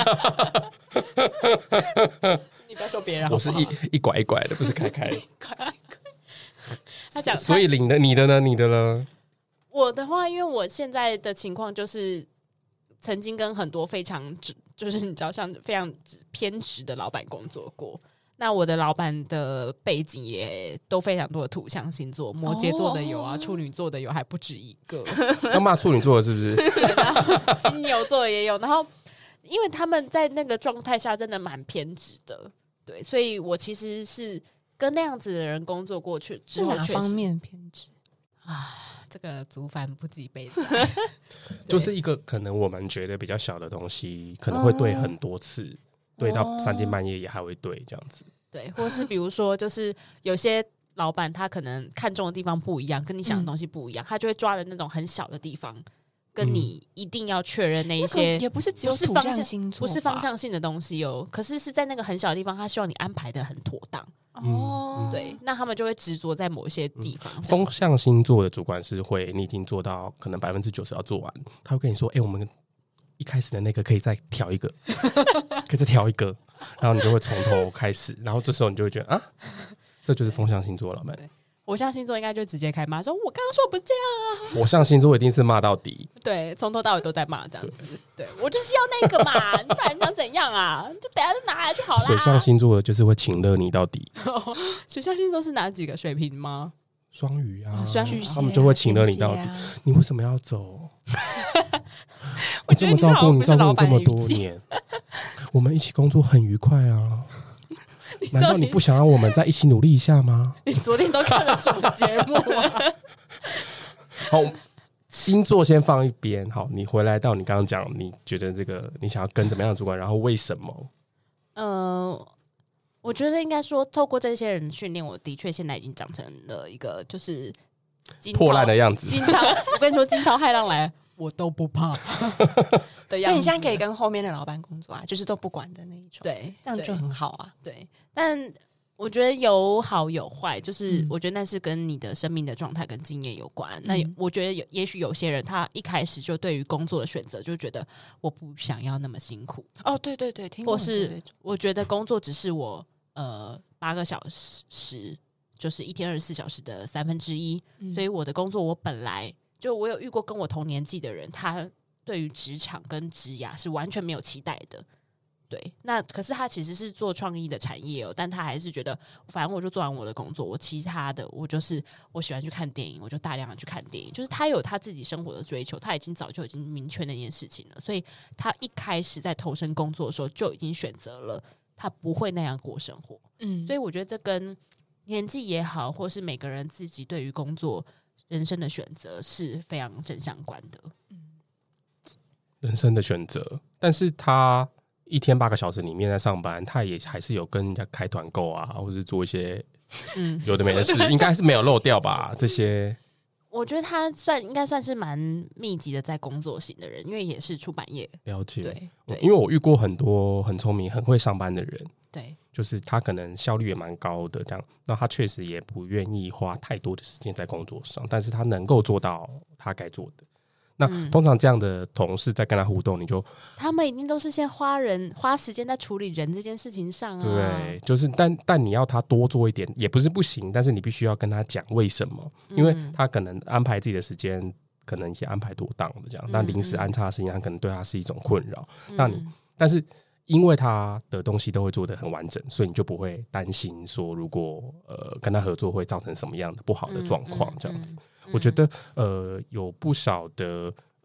你不要说别人好不好， 我是一拐一拐的，不是开开的。 他讲， 所以你的呢？ 我的话，因为我现在的情况就是曾经跟很多非常就是你知道像非常偏执的老板工作过。那我的老板的背景也都非常多的土象星座，摩羯座的有啊，处女座的有，还不止一个。 要骂处女座的是不是？ 然后金牛座也有，然后因为他们在那个状态下真的蛮偏执的，对，所以我其实是跟那样子的人工作过去之后， 是哪方面偏执啊？这个族繁不及备载， 就是一个可能我们觉得比较小的东西，可能会对很多次，对到3更半夜也还会对这样子。 对，或是比如说，就是有些老板他可能看中的地方不一样，跟你想的东西不一样，他就会抓的那种很小的地方，跟你一定要确认那一些， 也不是只有土象星座， 不是方向性的东西哦。可是是在那个很小的地方，他希望你安排的很妥当。 哦， 对，那他们就会执着在某一些地方。 风象星座的主管是会，你已经做到可能90%要做完，他会跟你说：“我们一开始的那个可以再调一个，可以再调一个。”然后你就会从头开始，然后这时候你就会觉得啊，这就是风象星座了，老板。 火象星座应该就直接开骂，说我刚刚说不是这样啊。 火象星座一定是骂到底， 对，从头到尾都在骂这样子。对我就是要那个嘛，你不然想怎样啊？就等下就拿来就好啦。 水象星座的就是会请了你到底。 水象星座是哪几个？水瓶吗？ 双鱼啊， 双鱼他们就会请了你到底。你为什么要走？我这么照顾你，照顾你这么多年，我们一起工作很愉快啊。难道你不想让我们再一起努力一下吗？ 你昨天都看了什么节目啊？ 好，星座先放一边。好，你回来到你刚刚讲，你觉得这个你想要跟怎么样的主管，然后为什么？ 我觉得应该说，透过这些人训练，我的确现在已经长成了一个就是破烂的样子。 惊涛，我跟你说，惊涛骇浪来，我都不怕的样子。 所以你现在可以跟后面的老板工作啊，就是都不管的那一种， 对， 这样就很好啊。 对，但我觉得有好有坏，就是我觉得那是跟你的生命的状态跟经验有关。那我觉得也许有些人他一开始就对于工作的选择就觉得我不想要那么辛苦。 哦，对对对，听过或是我觉得工作只是我8个小时，就是一天24小时的1/3，所以我的工作我本来就我有遇过跟我同年纪的人，他对于职场跟职涯是完全没有期待的。对，那可是他其实是做创意的产业哦，但他还是觉得，反正我就做完我的工作，我其他的我就是我喜欢去看电影，我就大量的去看电影。就是他有他自己生活的追求，他早就已经明确那件事情了，所以他一开始在投身工作的时候就已经选择了他不会那样过生活。所以我觉得这跟年纪也好，或是每个人自己对于工作人生的选择是非常正相关的。 人生的选择，但是他一天8个小时里面在上班，他也还是有跟人家开团购啊，或是做一些有的没的事，应该是没有漏掉吧？这些我觉得他应该算是蛮密集的在工作型的人，因为也是出版业。 了解， 对， 因为我遇过很多很聪明、很会上班的人， 对， 就是他可能效率也蛮高的，这样，那他确实也不愿意花太多的时间在工作上，但是他能够做到他该做的。那通常这样的同事在跟他互动，你就他们一定都是先花时间在处理人这件事情上啊。 对，就是但你要他多做一点也不是不行，但是你必须要跟他讲为什么，因为他可能安排自己的时间，可能一些安排妥当的这样，那临时安插的事情，他可能对他是一种困扰。那你但是因为他的东西都会做得很完整，所以你就不会担心说如果跟他合作会造成什么样的不好的状况这样子。我觉得有不少的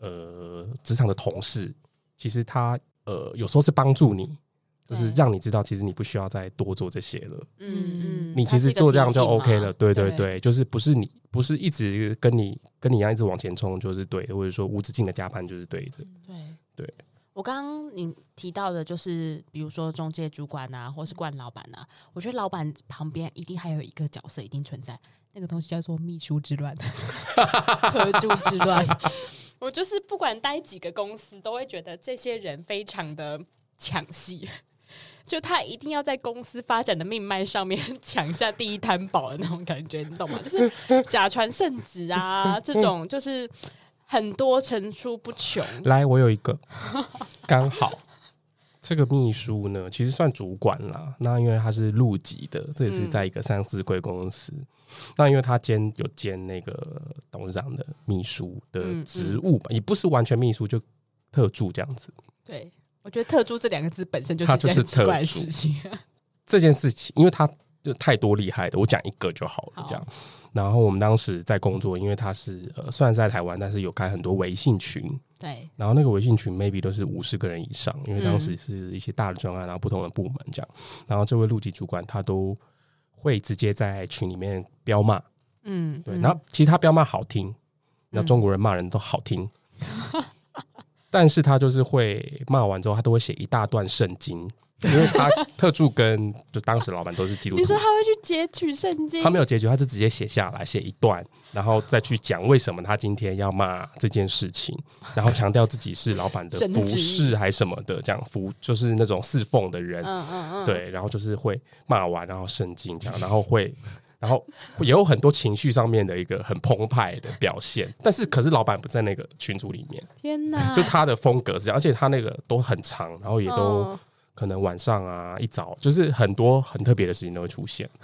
职场的同事，其实他有时候是帮助你，就是让你知道其实你不需要再多做这些了。你其实做这样就 OK 了。对对对，就是不是一直跟你一样一直往前冲就是对的，或者说无止境的加班就是对的。对。 我刚刚你提到的，就是比如说中介主管啊，或是冠老板啊，我觉得老板旁边一定还有一个角色一定存在，那个东西叫做秘书之乱、特助之乱。我就是不管待几个公司，都会觉得这些人非常的抢戏。就他一定要在公司发展的命脉上面抢下第一摊宝的那种感觉，你懂吗？就是假传圣旨啊，这种就是很多层出不穷。 来，我有一个刚好这个秘书呢，其实算主管啦。那因为他是陆级的，这也是在一个上市贵公司。那因为他有兼那个董事长的秘书的职务吧，也不是完全秘书，就特助这样子。 对。我觉得特助这2个字本身就是一件很奇怪的事情。 这件事情，因为他就太多厉害的，我讲一个就好了。这样，然后我们当时在工作，因为他是虽然是在台湾，但是有开很多微信群。 对。 然后那个微信群 maybe 都是50个人以上，因为当时是一些大的专案，然后不同的部门这样。然后这位陆级主管他都会直接在群里面飙骂。对。然后其实他飙骂好听，那中国人骂人都好听。但是他就是会骂完之后，他都会写一大段圣经，因为他特助跟就当时老板都是基督徒。 你说他会去截取圣经？ 他没有截取，他就直接写下来，写一段，然后再去讲为什么他今天要骂这件事情，然后强调自己是老板的服侍还什么的，这样就是那种侍奉的人。对，然后就是会骂完，然后圣经这样，然后也有很多情绪上面的一个很澎湃的表现，可是老板不在那个群组里面。天哪！就他的风格是这样，而且他那个都很长，然后也都可能晚上啊一早，就是很多很特别的事情都会出现。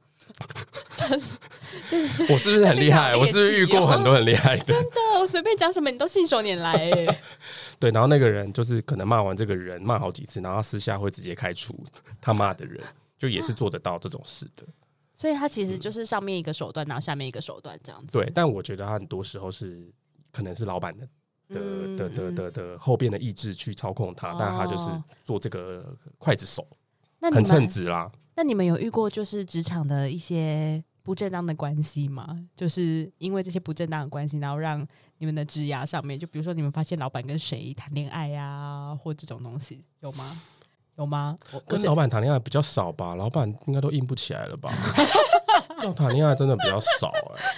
我是不是很厉害？我是不是遇过很多很厉害的？ 真的，我随便讲什么你都信手拈来欸。 对，然后那个人就是可能骂完这个人骂好几次，然后私下会直接开除他骂的人，就也是做得到这种事的。 所以他其实就是上面一个手段，然后下面一个手段这样子。 对，但我觉得他很多时候可能是老板的后边的意志去操控他，但他就是做这个刽子手，很称职啦。 那你们有遇过就是职场的一些不正当的关系吗？就是因为这些不正当的关系，然后让你们的职涯上面，就比如说你们发现老板跟谁谈恋爱啊，或这种东西有吗？有吗？ 跟老板谈恋爱比较少吧，老板应该都硬不起来了吧？要谈恋爱真的比较少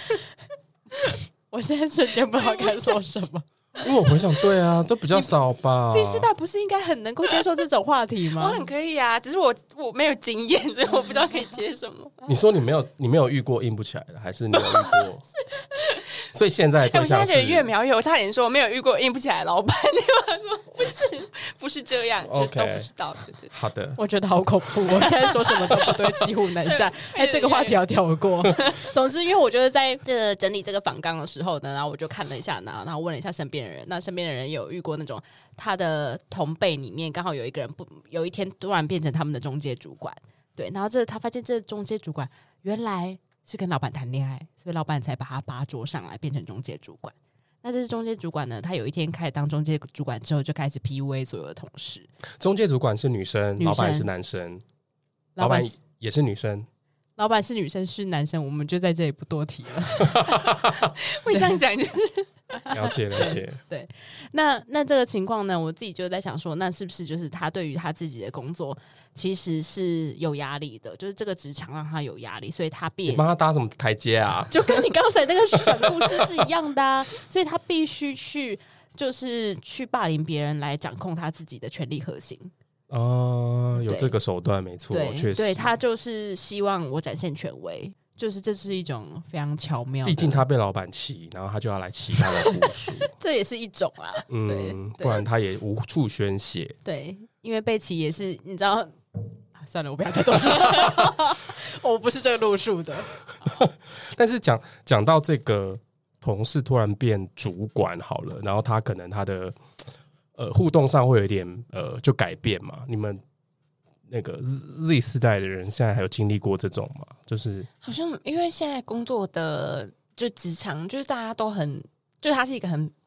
我现在瞬间不知道该说什么。 因为我回想，对啊，都比较少吧。 自己世代不是应该很能够接受这种话题吗？ 我很可以啊，只是我没有经验，所以我不知道可以接什么。 你说你没有遇过硬不起来的，还是你有遇过？所以现在对象是， 我现在觉得越描越，我差点说我没有遇过硬不起来的老板，你说不是这样，就都不知道。对， 好的， 我觉得好恐怖，我现在说什么都不对，骑虎难下。这个话题要跳过。总之，因为我觉得在这个整理这个访纲的时候呢，然后我就看了一下，然后问了一下身边的人，那身边的人有遇过那种他的同辈里面刚好有一个人有一天突然变成他们的中介主管，对，然后他发现这中介主管原来是跟老板谈恋爱，所以老板才把他拔擢上来变成中介主管。那这是中介主管呢，他有一天开始当中介主管之后，就开始 PUA 所有的同事。 中介主管是女生，老板是男生，老板也是女生。 老板是女生是男生，我们就在这里不多提了。 会这样讲就是了解。 对，那这个情况呢，我自己就在想说，那是不是就是他对于他自己的工作其实是有压力的，就是这个职场让他有压力，所以他你帮他搭什么台阶啊？ 就跟你刚才那个小故事是一样的啊，所以他必须去霸凌别人来掌控他自己的权力核心。 有这个手段没错，确实， 对，他就是希望我展现权威，就是这是一种非常巧妙的。 毕竟他被老板气，然后他就要来气他的部属， 这也是一种啦。对， 不然他也无处宣泄。 对，因为被气也是，你知道，算了，我不要太多，我不是这个路数的。 但是讲到这个同事突然变主管好了，然后他可能他的互动上会有一点就改变嘛？你们那个 Z 世代的人现在还有经历过这种吗？就是好像因为现在工作的就职场，就是大家都很，就是它是一个很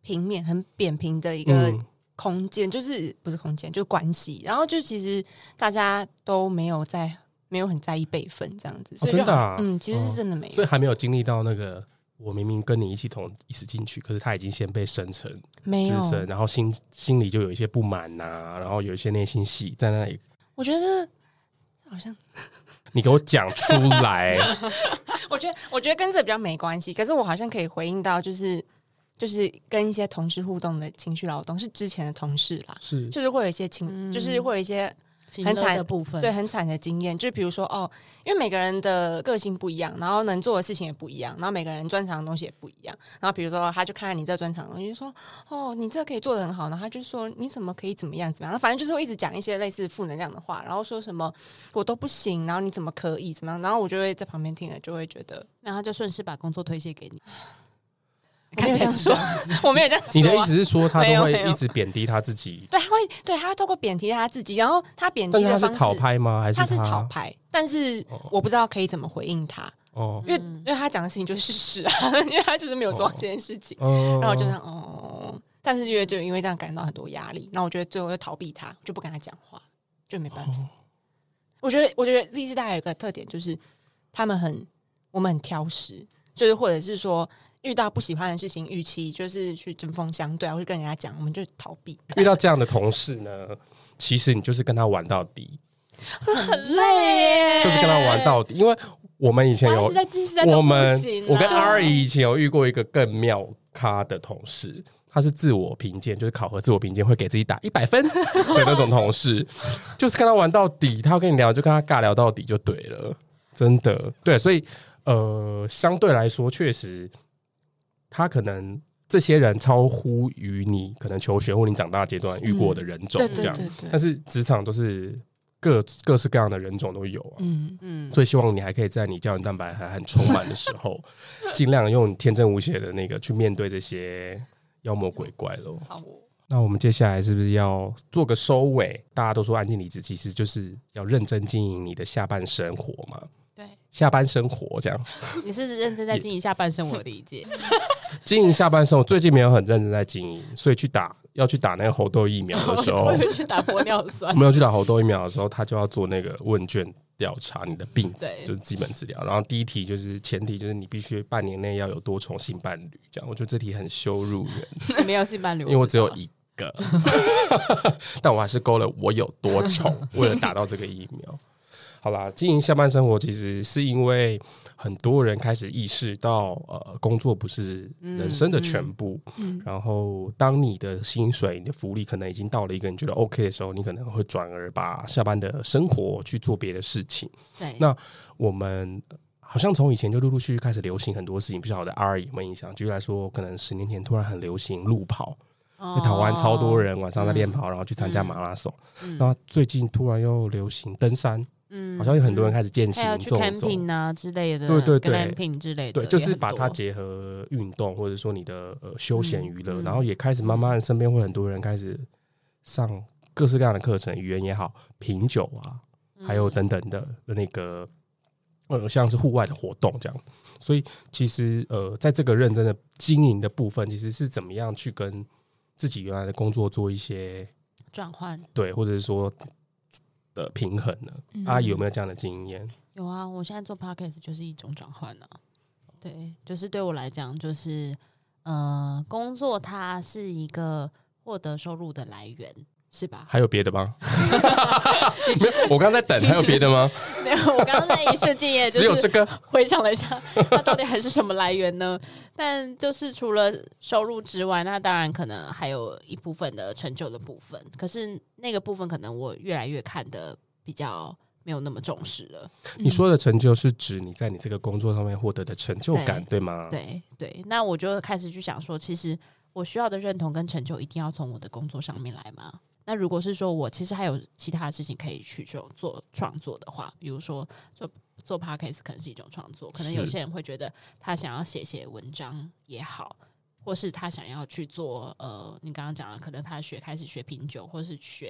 平面、很扁平的一个空间，就是不是空间，就是关系。然后就其实大家都没有很在意辈分这样子，所以就真的啊， 其实是真的没有， 所以还没有经历到那个。我明明跟你一起进去，可是他已经先被生成资深，然后心里就有一些不满呐，然后有一些内心戏在那里。 我觉得好像你给我讲出来。 我觉得跟这比较没关系，可是我好像可以回应到，就是跟一些同事互动的情绪劳动，是之前的同事啦，就是会有一些就是会有一些。很惨的部分， 对，很惨的经验，就比如说因为每个人的个性不一样，然后能做的事情也不一样，然后每个人专长的东西也不一样，然后比如说他就看看你这专长的东西，就说你这可以做得很好，然后他就说你怎么可以怎么样，反正就是会一直讲一些类似负能量的话，然后说什么我都不行，然后你怎么可以怎么样，然后我就会在旁边听了就会觉得， 然后他就顺势把工作推卸给你。 我没有这样说，我没有这样说。 你的意思是说，他都会一直贬低他自己？ 对，他会透过贬低他自己，然后他贬低的方式， 但是他是讨拍吗？还是他是讨拍？但是我不知道可以怎么回应他。因为他讲的事情就是事实啊，因为他就是没有做这件事情。然后我就但是就因为这样感到很多压力，然后我觉得最后就逃避他，就不跟他讲话，就没办法。我觉得 Z 世代有一个特点，就是我们很挑食，就是或者是说。遇到不喜欢的事情，与其就是去针锋相对，或者跟人家讲，我们就逃避。 遇到这样的同事呢，其实你就是跟他玩到底， 很累耶， 就是跟他玩到底。因为我们以前有，我跟阿姨以前有遇过一个更妙咖的同事，他是自我评鉴，就是考核自我评鉴会给自己打100分的那种同事，就是跟他玩到底，他要跟你聊就跟他尬聊到底就对了，真的对，所以相对来说确实。他可能这些人超乎于你可能求学或你长大阶段遇过的人种这样，但是职场都是各式各样的人种都有啊，所以希望你还可以在你胶原蛋白还很充满的时候，尽量用天真无邪的那个去面对这些妖魔鬼怪咯。 好， 那我们接下来是不是要做个收尾？大家都说安静离职其实就是要认真经营你的下半生活嘛。 对， 下半生活这样， 你是认真在经营下半生，我理解。 经营下半生，我最近没有很认真在经营，所以要去打那个猴痘疫苗的时候， 我有去打玻尿酸， 没有去打猴痘疫苗的时候，他就要做那个问卷调查你的病， 对， 就是基本资料。然后第一题就是前提就是你必须半年内要有多重性伴侣，这样我觉得这题很羞辱人。 没有性伴侣， 因为我只有一个，但我还是勾了我有多重，为了打到这个疫苗。好啦，经营下半生活其实是因为很多人开始意识到，工作不是人生的全部。然后，当你的薪水、你的福利可能已经到了一个你觉得 OK 的时候，你可能会转而把下班的生活去做别的事情。 对， 那我们好像从以前就陆陆续续开始流行很多事情，不晓得 R 有没有印象？举例来说，可能10年前突然很流行路跑。在台湾超多人晚上在练跑，然后去参加马拉松。那最近突然又流行登山。好像有很多人开始健行， 还有去 camping 啊之类的， 对 camping 之类的， 对，就是把它结合运动，或者说你的休闲娱乐，然后也开始慢慢身边会很多人开始上各式各样的课程，语言也好，品酒啊，还有等等的那个像是户外的活动这样。所以其实在这个认真的经营的部分，其实是怎么样去跟自己原来的工作做一些转换， 对，或者是说。的平衡呢？阿姨有没有这样的经验？ 有啊，我现在做 podcast 就是一种转换啊。对，就是对我来讲，就是工作它是一个获得收入的来源，是吧？ 还有别的吗？我刚刚在等，还有别的吗？ 没有，我刚刚那一瞬间也就是只有这个， 回想了一下，它到底还是什么来源呢？但就是除了收入之外，那当然可能还有一部分的成就的部分。可是那个部分，可能我越来越看的比较没有那么重视了。 你说的成就是指你在你这个工作上面获得的成就感， 对吗？ 对对，那我就开始去想说，其实我需要的认同跟成就一定要从我的工作上面来吗？那如果是说我其实还有其他的事情可以去做创作的话，比如说做 podcast 可能是一种创作，可能有些人会觉得他想要写文章也好，或是他想要去做你刚刚讲的，可能他开始学品酒，或是学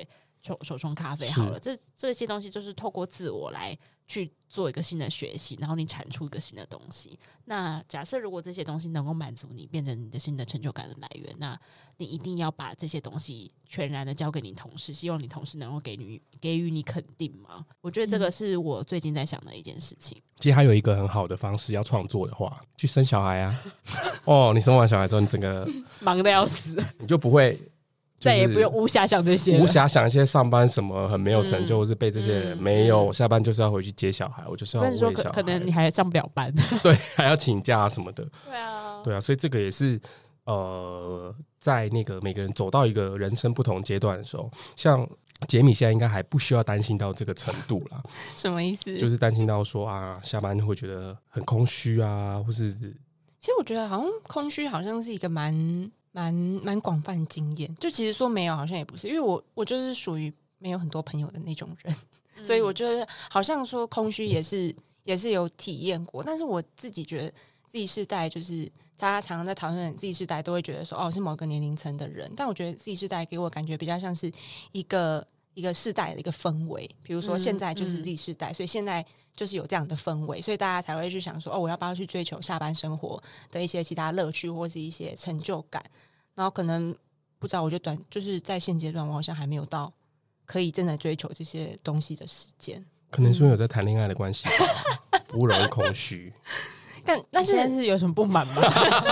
手冲咖啡好了，这些东西就是透过自我来去做一个新的学习，然后你产出一个新的东西。那假设如果这些东西能够满足你，变成你的新的成就感的来源，那你一定要把这些东西全然的交给你同事，希望你同事能够给予你肯定嘛。我觉得这个是我最近在想的一件事情。 其实还有一个很好的方式，要创作的话，去生小孩啊。你生完小孩之后，你整个忙得要死， 你就不会。 再也不用无暇想这些， 无暇想一些上班什么很没有成就，或是被这些人没有。我下班就是要回去接小孩，我就是要喂小孩。 可能你还上不了班， 对，还要请假什么的。 对啊， 所以这个也是在那个每个人走到一个人生不同阶段的时候，像杰米现在应该还不需要担心到这个程度啦。 什么意思？ 就是担心到说下班会觉得很空虚啊，或是其实我觉得好像空虚好像是一个蛮广泛的经验，就其实说没有好像也不是，因为我就是属于没有很多朋友的那种人，所以我觉得好像说空虚也是有体验过，但是我自己觉得Z世代就是大家常常在讨论Z世代都会觉得说是某个年龄层的人，但我觉得Z世代给我感觉比较像是一个世代的一个氛围，比如说现在就是 Z 世代，所以现在就是有这样的氛围，所以大家才会去想说我要不要去追求下班生活的一些其他乐趣或是一些成就感，然后可能不知道，我觉得就是在现阶段我好像还没有到可以真的追求这些东西的时间， 可能是有在谈恋爱的关系，不容易空虚。 但是现在是有什么不满吗？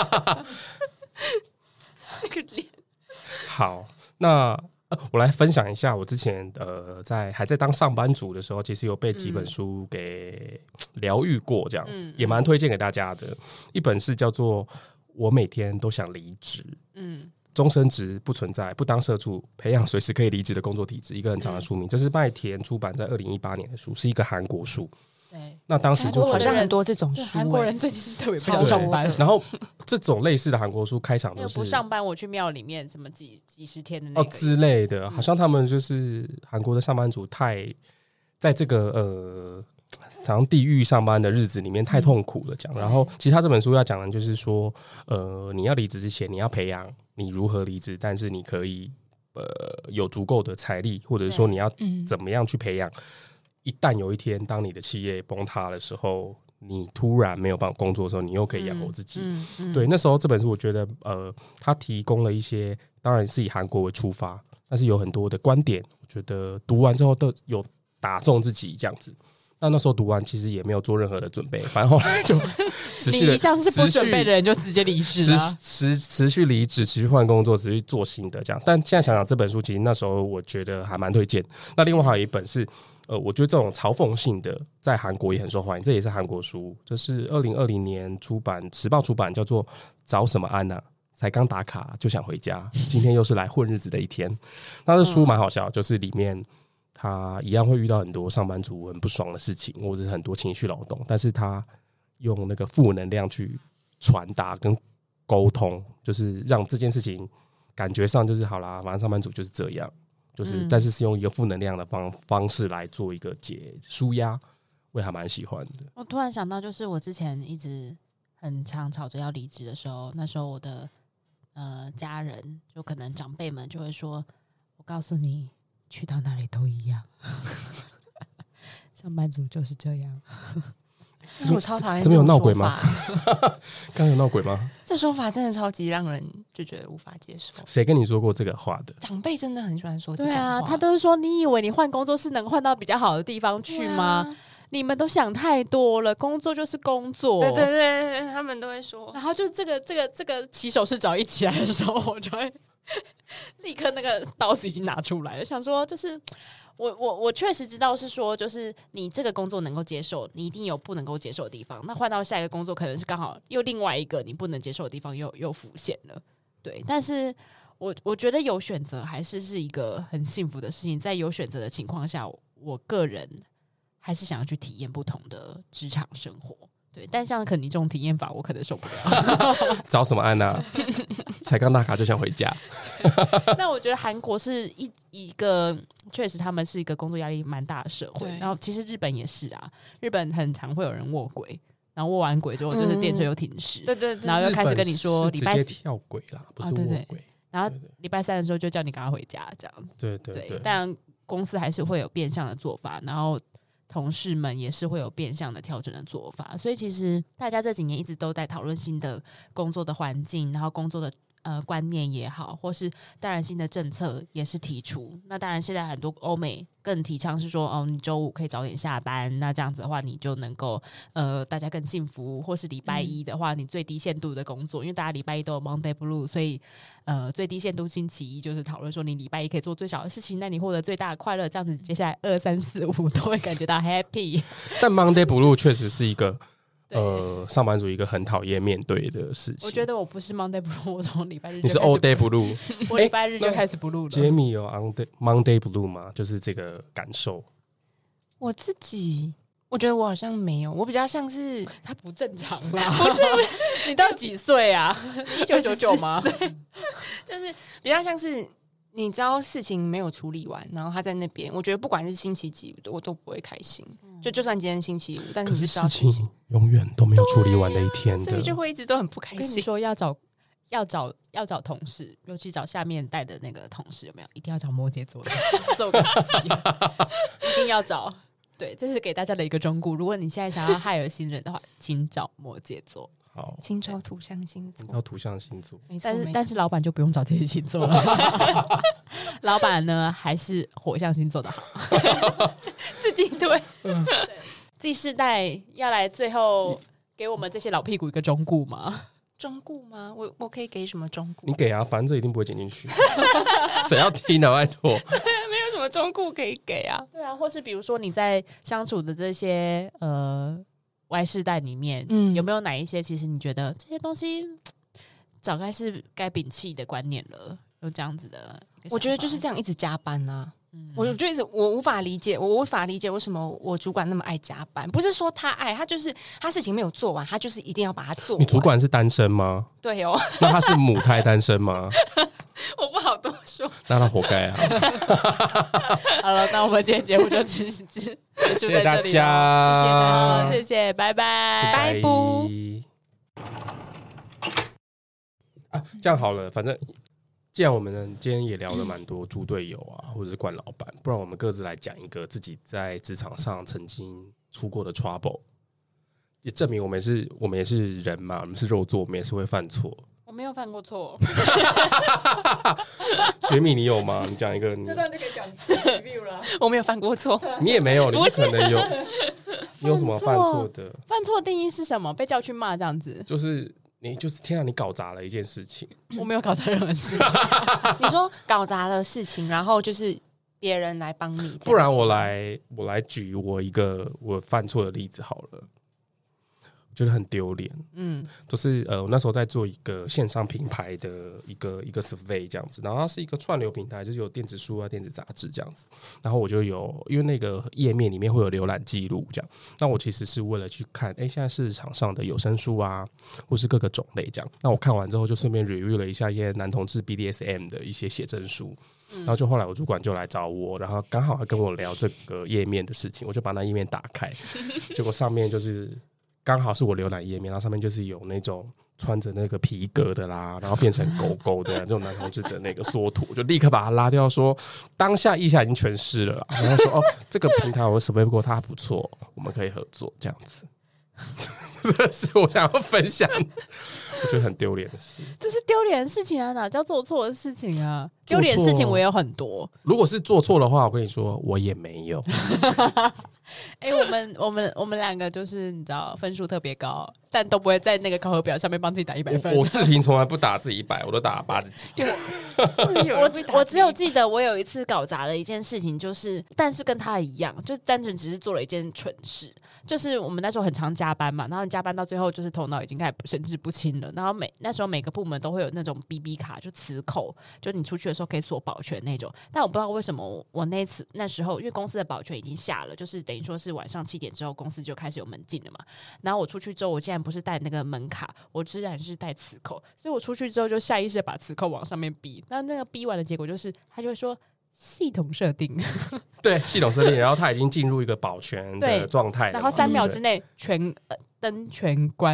那个脸。 好，那我来分享一下，我之前还在当上班族的时候，其实有被几本书给疗愈过，这样也蛮推荐给大家的。一本是叫做《我每天都想离职》，终身职不存在，不当社畜，培养随时可以离职的工作体质，一个很长的书名。这是麦田出版在2018年的书，是一个韩国书。 对， 那当时就好像很多这种书， 韩国人最近特别不想上班， 然后这种类似的韩国书开场都是不上班，我去庙里面什么几十天的那个之类的，好像他们就是韩国的上班族太在这个好像地狱上班的日子里面太痛苦了讲。然后其实他这本书要讲的就是说你要离职之前，你要培养你如何离职，但是你可以有足够的财力，或者说你要怎么样去培养。一旦有一天当你的企业崩塌的时候，你突然没有办法工作的时候，你又可以养活自己。对，那时候这本书我觉得它提供了一些，当然是以韩国为出发，但是有很多的观点，我觉得读完之后都有打中自己这样子。那时候读完其实也没有做任何的准备，反正后来就持续你像是不准备的人就直接离职啊， 持续离职，持续换工作，持续做新的这样。但现在想想这本书，其实那时候我觉得还蛮推荐。那另外还有一本是我觉得这种嘲讽性的在韩国也很受欢迎，这也是韩国书，就是2020年出版，时报出版，叫做《找什么安啊？才刚打卡就想回家，今天又是来混日子的一天》。那这书蛮好笑，就是里面他一样会遇到很多上班族很不爽的事情，或者是很多情绪劳动，但是他用那个负能量去传达跟沟通，就是让这件事情感觉上就是好啦，反正上班族就是这样。但是用一个负能量的方式来做一个舒压，我也还蛮喜欢的。 我突然想到，就是我之前一直很常吵着要离职的时候，那时候我的家人就可能长辈们就会说：“我告诉你，去到哪里都一样，上班族就是这样。” 但是我超讨厌这边有闹鬼吗？刚刚有闹鬼吗？ 这说法真的超级让人就觉得无法接受。 谁跟你说过这个话的？ 长辈真的很喜欢说这种话。 对啊，他都是说，你以为你换工作是能换到比较好的地方去吗？你们都想太多了，工作就是工作。 对对对，他们都会说。 然后就这个起手式早一起来的时候，我就会立刻那个刀子已经拿出来了，想说就是我确实知道是说，就是你这个工作能够接受，你一定有不能够接受的地方。那换到下一个工作，可能是刚好又另外一个你不能接受的地方又浮现了。对，但是我觉得有选择还是一个很幸福的事情。在有选择的情况下，我个人还是想要去体验不同的职场生活。对，但像肯尼这种体验法，我可能受不了。 找什么安啊？才刚打卡就想回家。 那我觉得韩国是一个确实他们是一个工作压力蛮大的社会，然后其实日本也是啊，日本很常会有人卧轨，然后卧完轨之后就是电车又停驶， 对对对， 然后又开始跟你说礼拜直接跳轨啦，不是卧轨。 然后礼拜3的时候就叫你赶快回家，这样。 对对对。 但公司还是会有变相的做法，然后同事们也是会有变相的调整的做法，所以其实大家这几年一直都在讨论新的工作的环境，然后工作的观念也好，或是当然新的政策也是提出。那当然现在很多欧美更提倡是说，哦，你周五可以早点下班，那这样子的话你就能够大家更幸福，或是礼拜一的话，你最低限度的工作，因为大家礼拜一都有 Monday Blue， 所以最低限度星期一就是讨论说你礼拜一可以做最小的事情，那你获得最大的快乐，这样子接下来2、3、4、5都会感觉到 happy。 但 Monday Blue 确实是一个上班族一个很讨厌面对的事情。 我觉得我不是 Monday Blue， 我从礼拜日你是 All Day Blue， 我礼拜日就开始 Blue 了。 杰米有 Monday Blue 吗？就是这个感受。 我自己我觉得我好像没有，我比较像是他不正常啦，不是你到几岁啊？1999吗？ 就是比较像是你知道事情没有处理完，然后他在那边，我觉得不管是星期几，我都不会开心。就算今天星期五，但是可是事情永远都没有处理完的一天的， 所以就会一直都很不开心。 跟你说要找同事，尤其找下面带的那个同事，有没有？一定要找摩羯座的，做个戏，一定要找。对，这是给大家的一个忠告。如果你现在想要害了新人的话，请找摩羯座。 好， 请找土象星座， 找土象星座。 但是老板就不用找这些星座了，老板呢还是火象星座的好。 自己对。 Z 世代要来最后给我们这些老屁股一个忠告吗？ 忠告吗？我可以给什么忠告？ 你给啊，反正这一定不会剪进去。谁要听啊？拜托， 对，没有什么忠告可以给啊。 对啊，或是比如说你在相处的这些Y 世代里面，有没有哪一些其实你觉得这些东西早该是该摒弃的观念了？有这样子的一个想法？ 我觉得就是这样一直加班啊。我就一直我无法理解为什么我主管那么爱加班。不是说他爱，他就是他事情没有做完，他就是一定要把它做完。 你主管是单身吗？ 对哦。 那他是母胎单身吗？ 我不好多说。 那他活该啊。 好了，那我们今天节目就结束在这里了。 谢谢大家， 谢谢大家， 谢谢，拜拜， 拜不。 啊，这样好了，反正既然我们今天也聊了蛮多猪队友啊，或者是惯老板，不然我们各自来讲一个自己在职场上曾经出过的 trouble， 也证明我们也是人嘛，我们是肉做，我们也是会犯错。 我没有犯过错。 杰米，你有吗？你讲一个， 这段就可以讲 review 了。 我没有犯过错， 你也没有，你不可能有。你有什么犯错的？ 犯错定义是什么？被叫去骂这样子？ 就是天啊，你搞砸了一件事情。 我没有搞砸任何事。 你说搞砸了事情，然后就是别人来帮你， 不然我来举我一个我犯错的例子好了。我觉得很丢脸，就是我那时候在做一个线上品牌的一个 survey 这样子，然后它是一个串流平台，就是有电子书啊、电子杂志这样子，然后我就因为那个页面里面会有浏览记录这样，那我其实是为了去看，现在市场上的有声书啊，或是各个种类这样，那我看完之后就顺便 review 了一下一些男同志 BDSM 的一些写真书。然后就后来我主管就来找我，然后刚好跟我聊这个页面的事情，我就把那页面打开，结果上面就是刚好是我浏览页面，然后上面就是有那种穿着那个皮革的啦，然后变成狗狗的这种男同志的那个缩图，我就立刻把它拉掉，说当下腋下已经全湿了啦，然后说哦，这个平台我 survey 过，它还不错，我们可以合作这样子。这是我想要分享的，我觉得很丢脸的事。 这是丢脸的事情啊，哪叫做错的事情啊？丢脸的事情我也有很多。 如果是做错的话，我跟你说，我也没有。 我们两个就是你知道分数特别高，但都不会在那个考核表上面帮自己打100分。 我自评从来不打自己100，我都打80几。 我只有记得我有一次搞砸了一件事情，但是跟他一样，就单纯只是做了一件蠢事。就是我们那时候很常加班嘛，然后加班到最后就是头脑已经开始神志不清了，然后那时候每个部门都会有那种 BB 卡，就磁扣，就你出去的时候可以锁保全那种。但我不知道为什么我那时候因为公司的保全已经下了，就是等于说是晚上7点之后公司就开始有门禁了嘛。然后我出去之后，我竟然不是带那个门卡，我自然是带磁扣，所以我出去之后就下意识把磁扣往上面逼。那个逼完的结果就是他就会说系统设定。 对，系统设定，然后他已经进入一个保全的状态了， 然后3秒之内灯全关，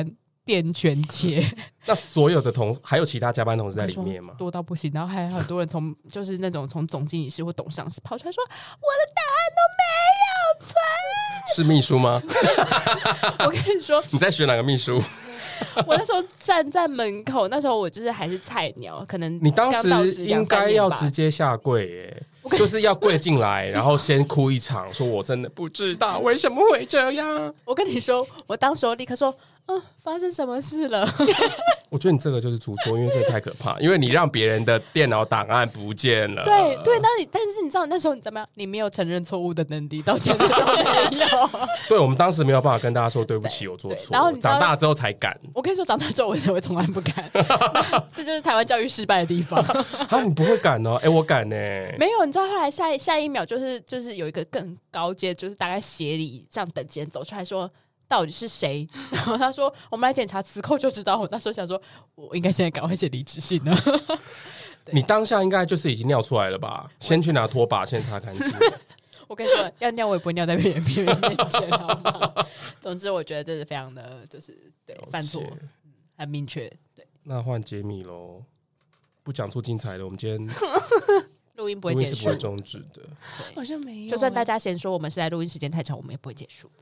店全切。 那所有的还有其他加班同事在里面吗？ 多到不行，然后还有很多人就是那种从总经理室或董事跑出来说我的档案都没有存。 是秘书吗？ 我跟你说， 你在学哪个秘书？ 我那时候站在门口，那时候我就是还是菜鸟，可能你当时应该要直接下跪耶，就是要跪进来，然后先哭一场，说我真的不知道为什么会这样。 我跟你说，我当时立刻说，发生什么事了？ 我觉得你这个就是出错，因为这个太可怕，因为你让别人的电脑档案不见了。 对，但是你知道那时候你怎么样？你没有承认错误的能力，到现在都没有。 对，我们当时没有办法跟大家说对不起，我做错。 然后你长大之后才敢。 我跟你说，长大之后我才会从来不敢。这就是台湾教育失败的地方。 啊，你不会敢哦？我敢呢。 没有，你知道后来下一秒就是有一个更高阶，就是大概协理这样等级人走出来说。到底是谁？然后他说：“我们来检查磁扣就知道。”我那时候想说，我应该现在赶快写离职信了。 你当下应该就是已经尿出来了吧？先去拿拖把先擦干净。 我跟你说，要尿我也不会尿在别人面前，好吗？总之，我觉得这是非常的，就是对犯错很明确。对， 那换杰米喽，不讲出精彩的，我们今天录音不会结束， 不会终止的。 好像没有。 就算大家嫌说我们是在录音时间太长，我们也不会结束。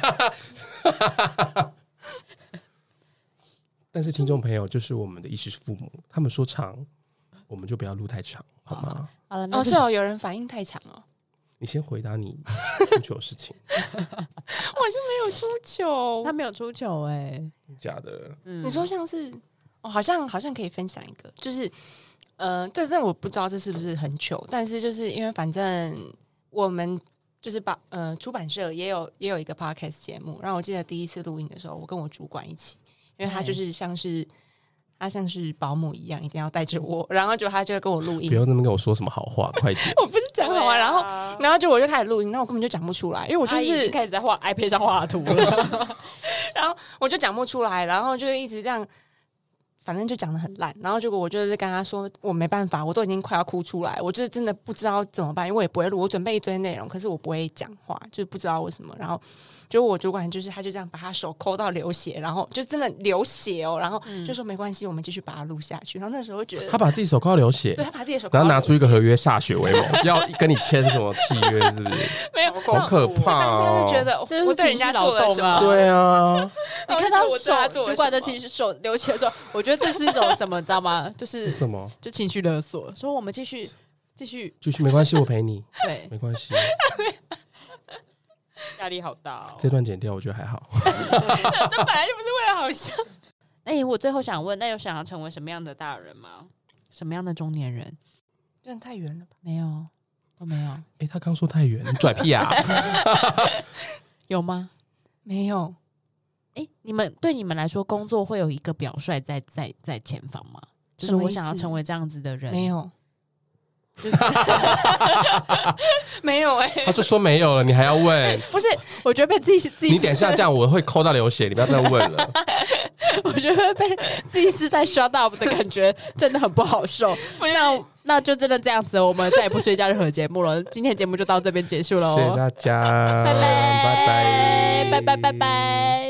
但是听众朋友就是我们的衣食父母，他们说长，我们就不要录太长，好吗？ 好了， 是有人反应太长哦。 你先回答你出糗的事情。 我好像没有出糗， 他没有出糗假的。 你说像是好像可以分享一个，就是这我不知道这是不是很糗，但是就是因为反正我们。就是出版社也有一个 podcast 节目，然后我记得第一次录音的时候，我跟我主管一起，因为他就是像是保姆一样，一定要带着我，然后他就跟我录音。 不要这么跟我说什么好话，快点！ 我不是讲好啊，然后我就开始录音，那我根本就讲不出来，因为我就是开始在iPad 上画图了， 然后我就讲不出来，然后就一直这样。反正就讲得很烂，然后结果我就是跟他说我没办法，我都已经快要哭出来，我就是真的不知道怎么办，因为我也不会录，我准备一堆内容，可是我不会讲话，就是不知道为什么。然后就我主管就是他就这样把他手抠到流血，然后就真的流血哦，然后就说没关系，我们继续把它录下去。然后那时候觉得他把自己手抠到流血， 对他把自己手抠到流血， 然后拿出一个合约歃血为盟，要跟你签什么契约，是不是？ 没有， 好可怕我当下就觉得我对人家做了什么？ 对啊， 你看到主管的情绪手流血的时候，我觉得这是一种什么，你知道吗？就是什么？ 就情绪勒索，说我们继续， 没关系，我陪你。 对， 没关系。 压力好大哦。 这段剪掉，我觉得还好。 这本来就不是为了好笑。 我最后想问，那有想要成为什么样的大人吗？什么样的中年人？ 真的太远了吧？ 没有，都没有。 他刚说太远，你拽屁啊？ 有吗？ 没有。 对你们来说，工作会有一个表率在前方吗？就是我想要成为这样子的人。 没有。没有他就说没有了，你还要问？ 不是，我觉得被自己， 你等一下这样我会抠到流血，你不要再问了。 我觉得被自己世代 shut up 的感觉真的很不好受。那就真的这样子，我们再也不追加任何节目了。今天节目就到这边结束了， 谢谢大家， 拜拜拜拜， 拜拜拜拜。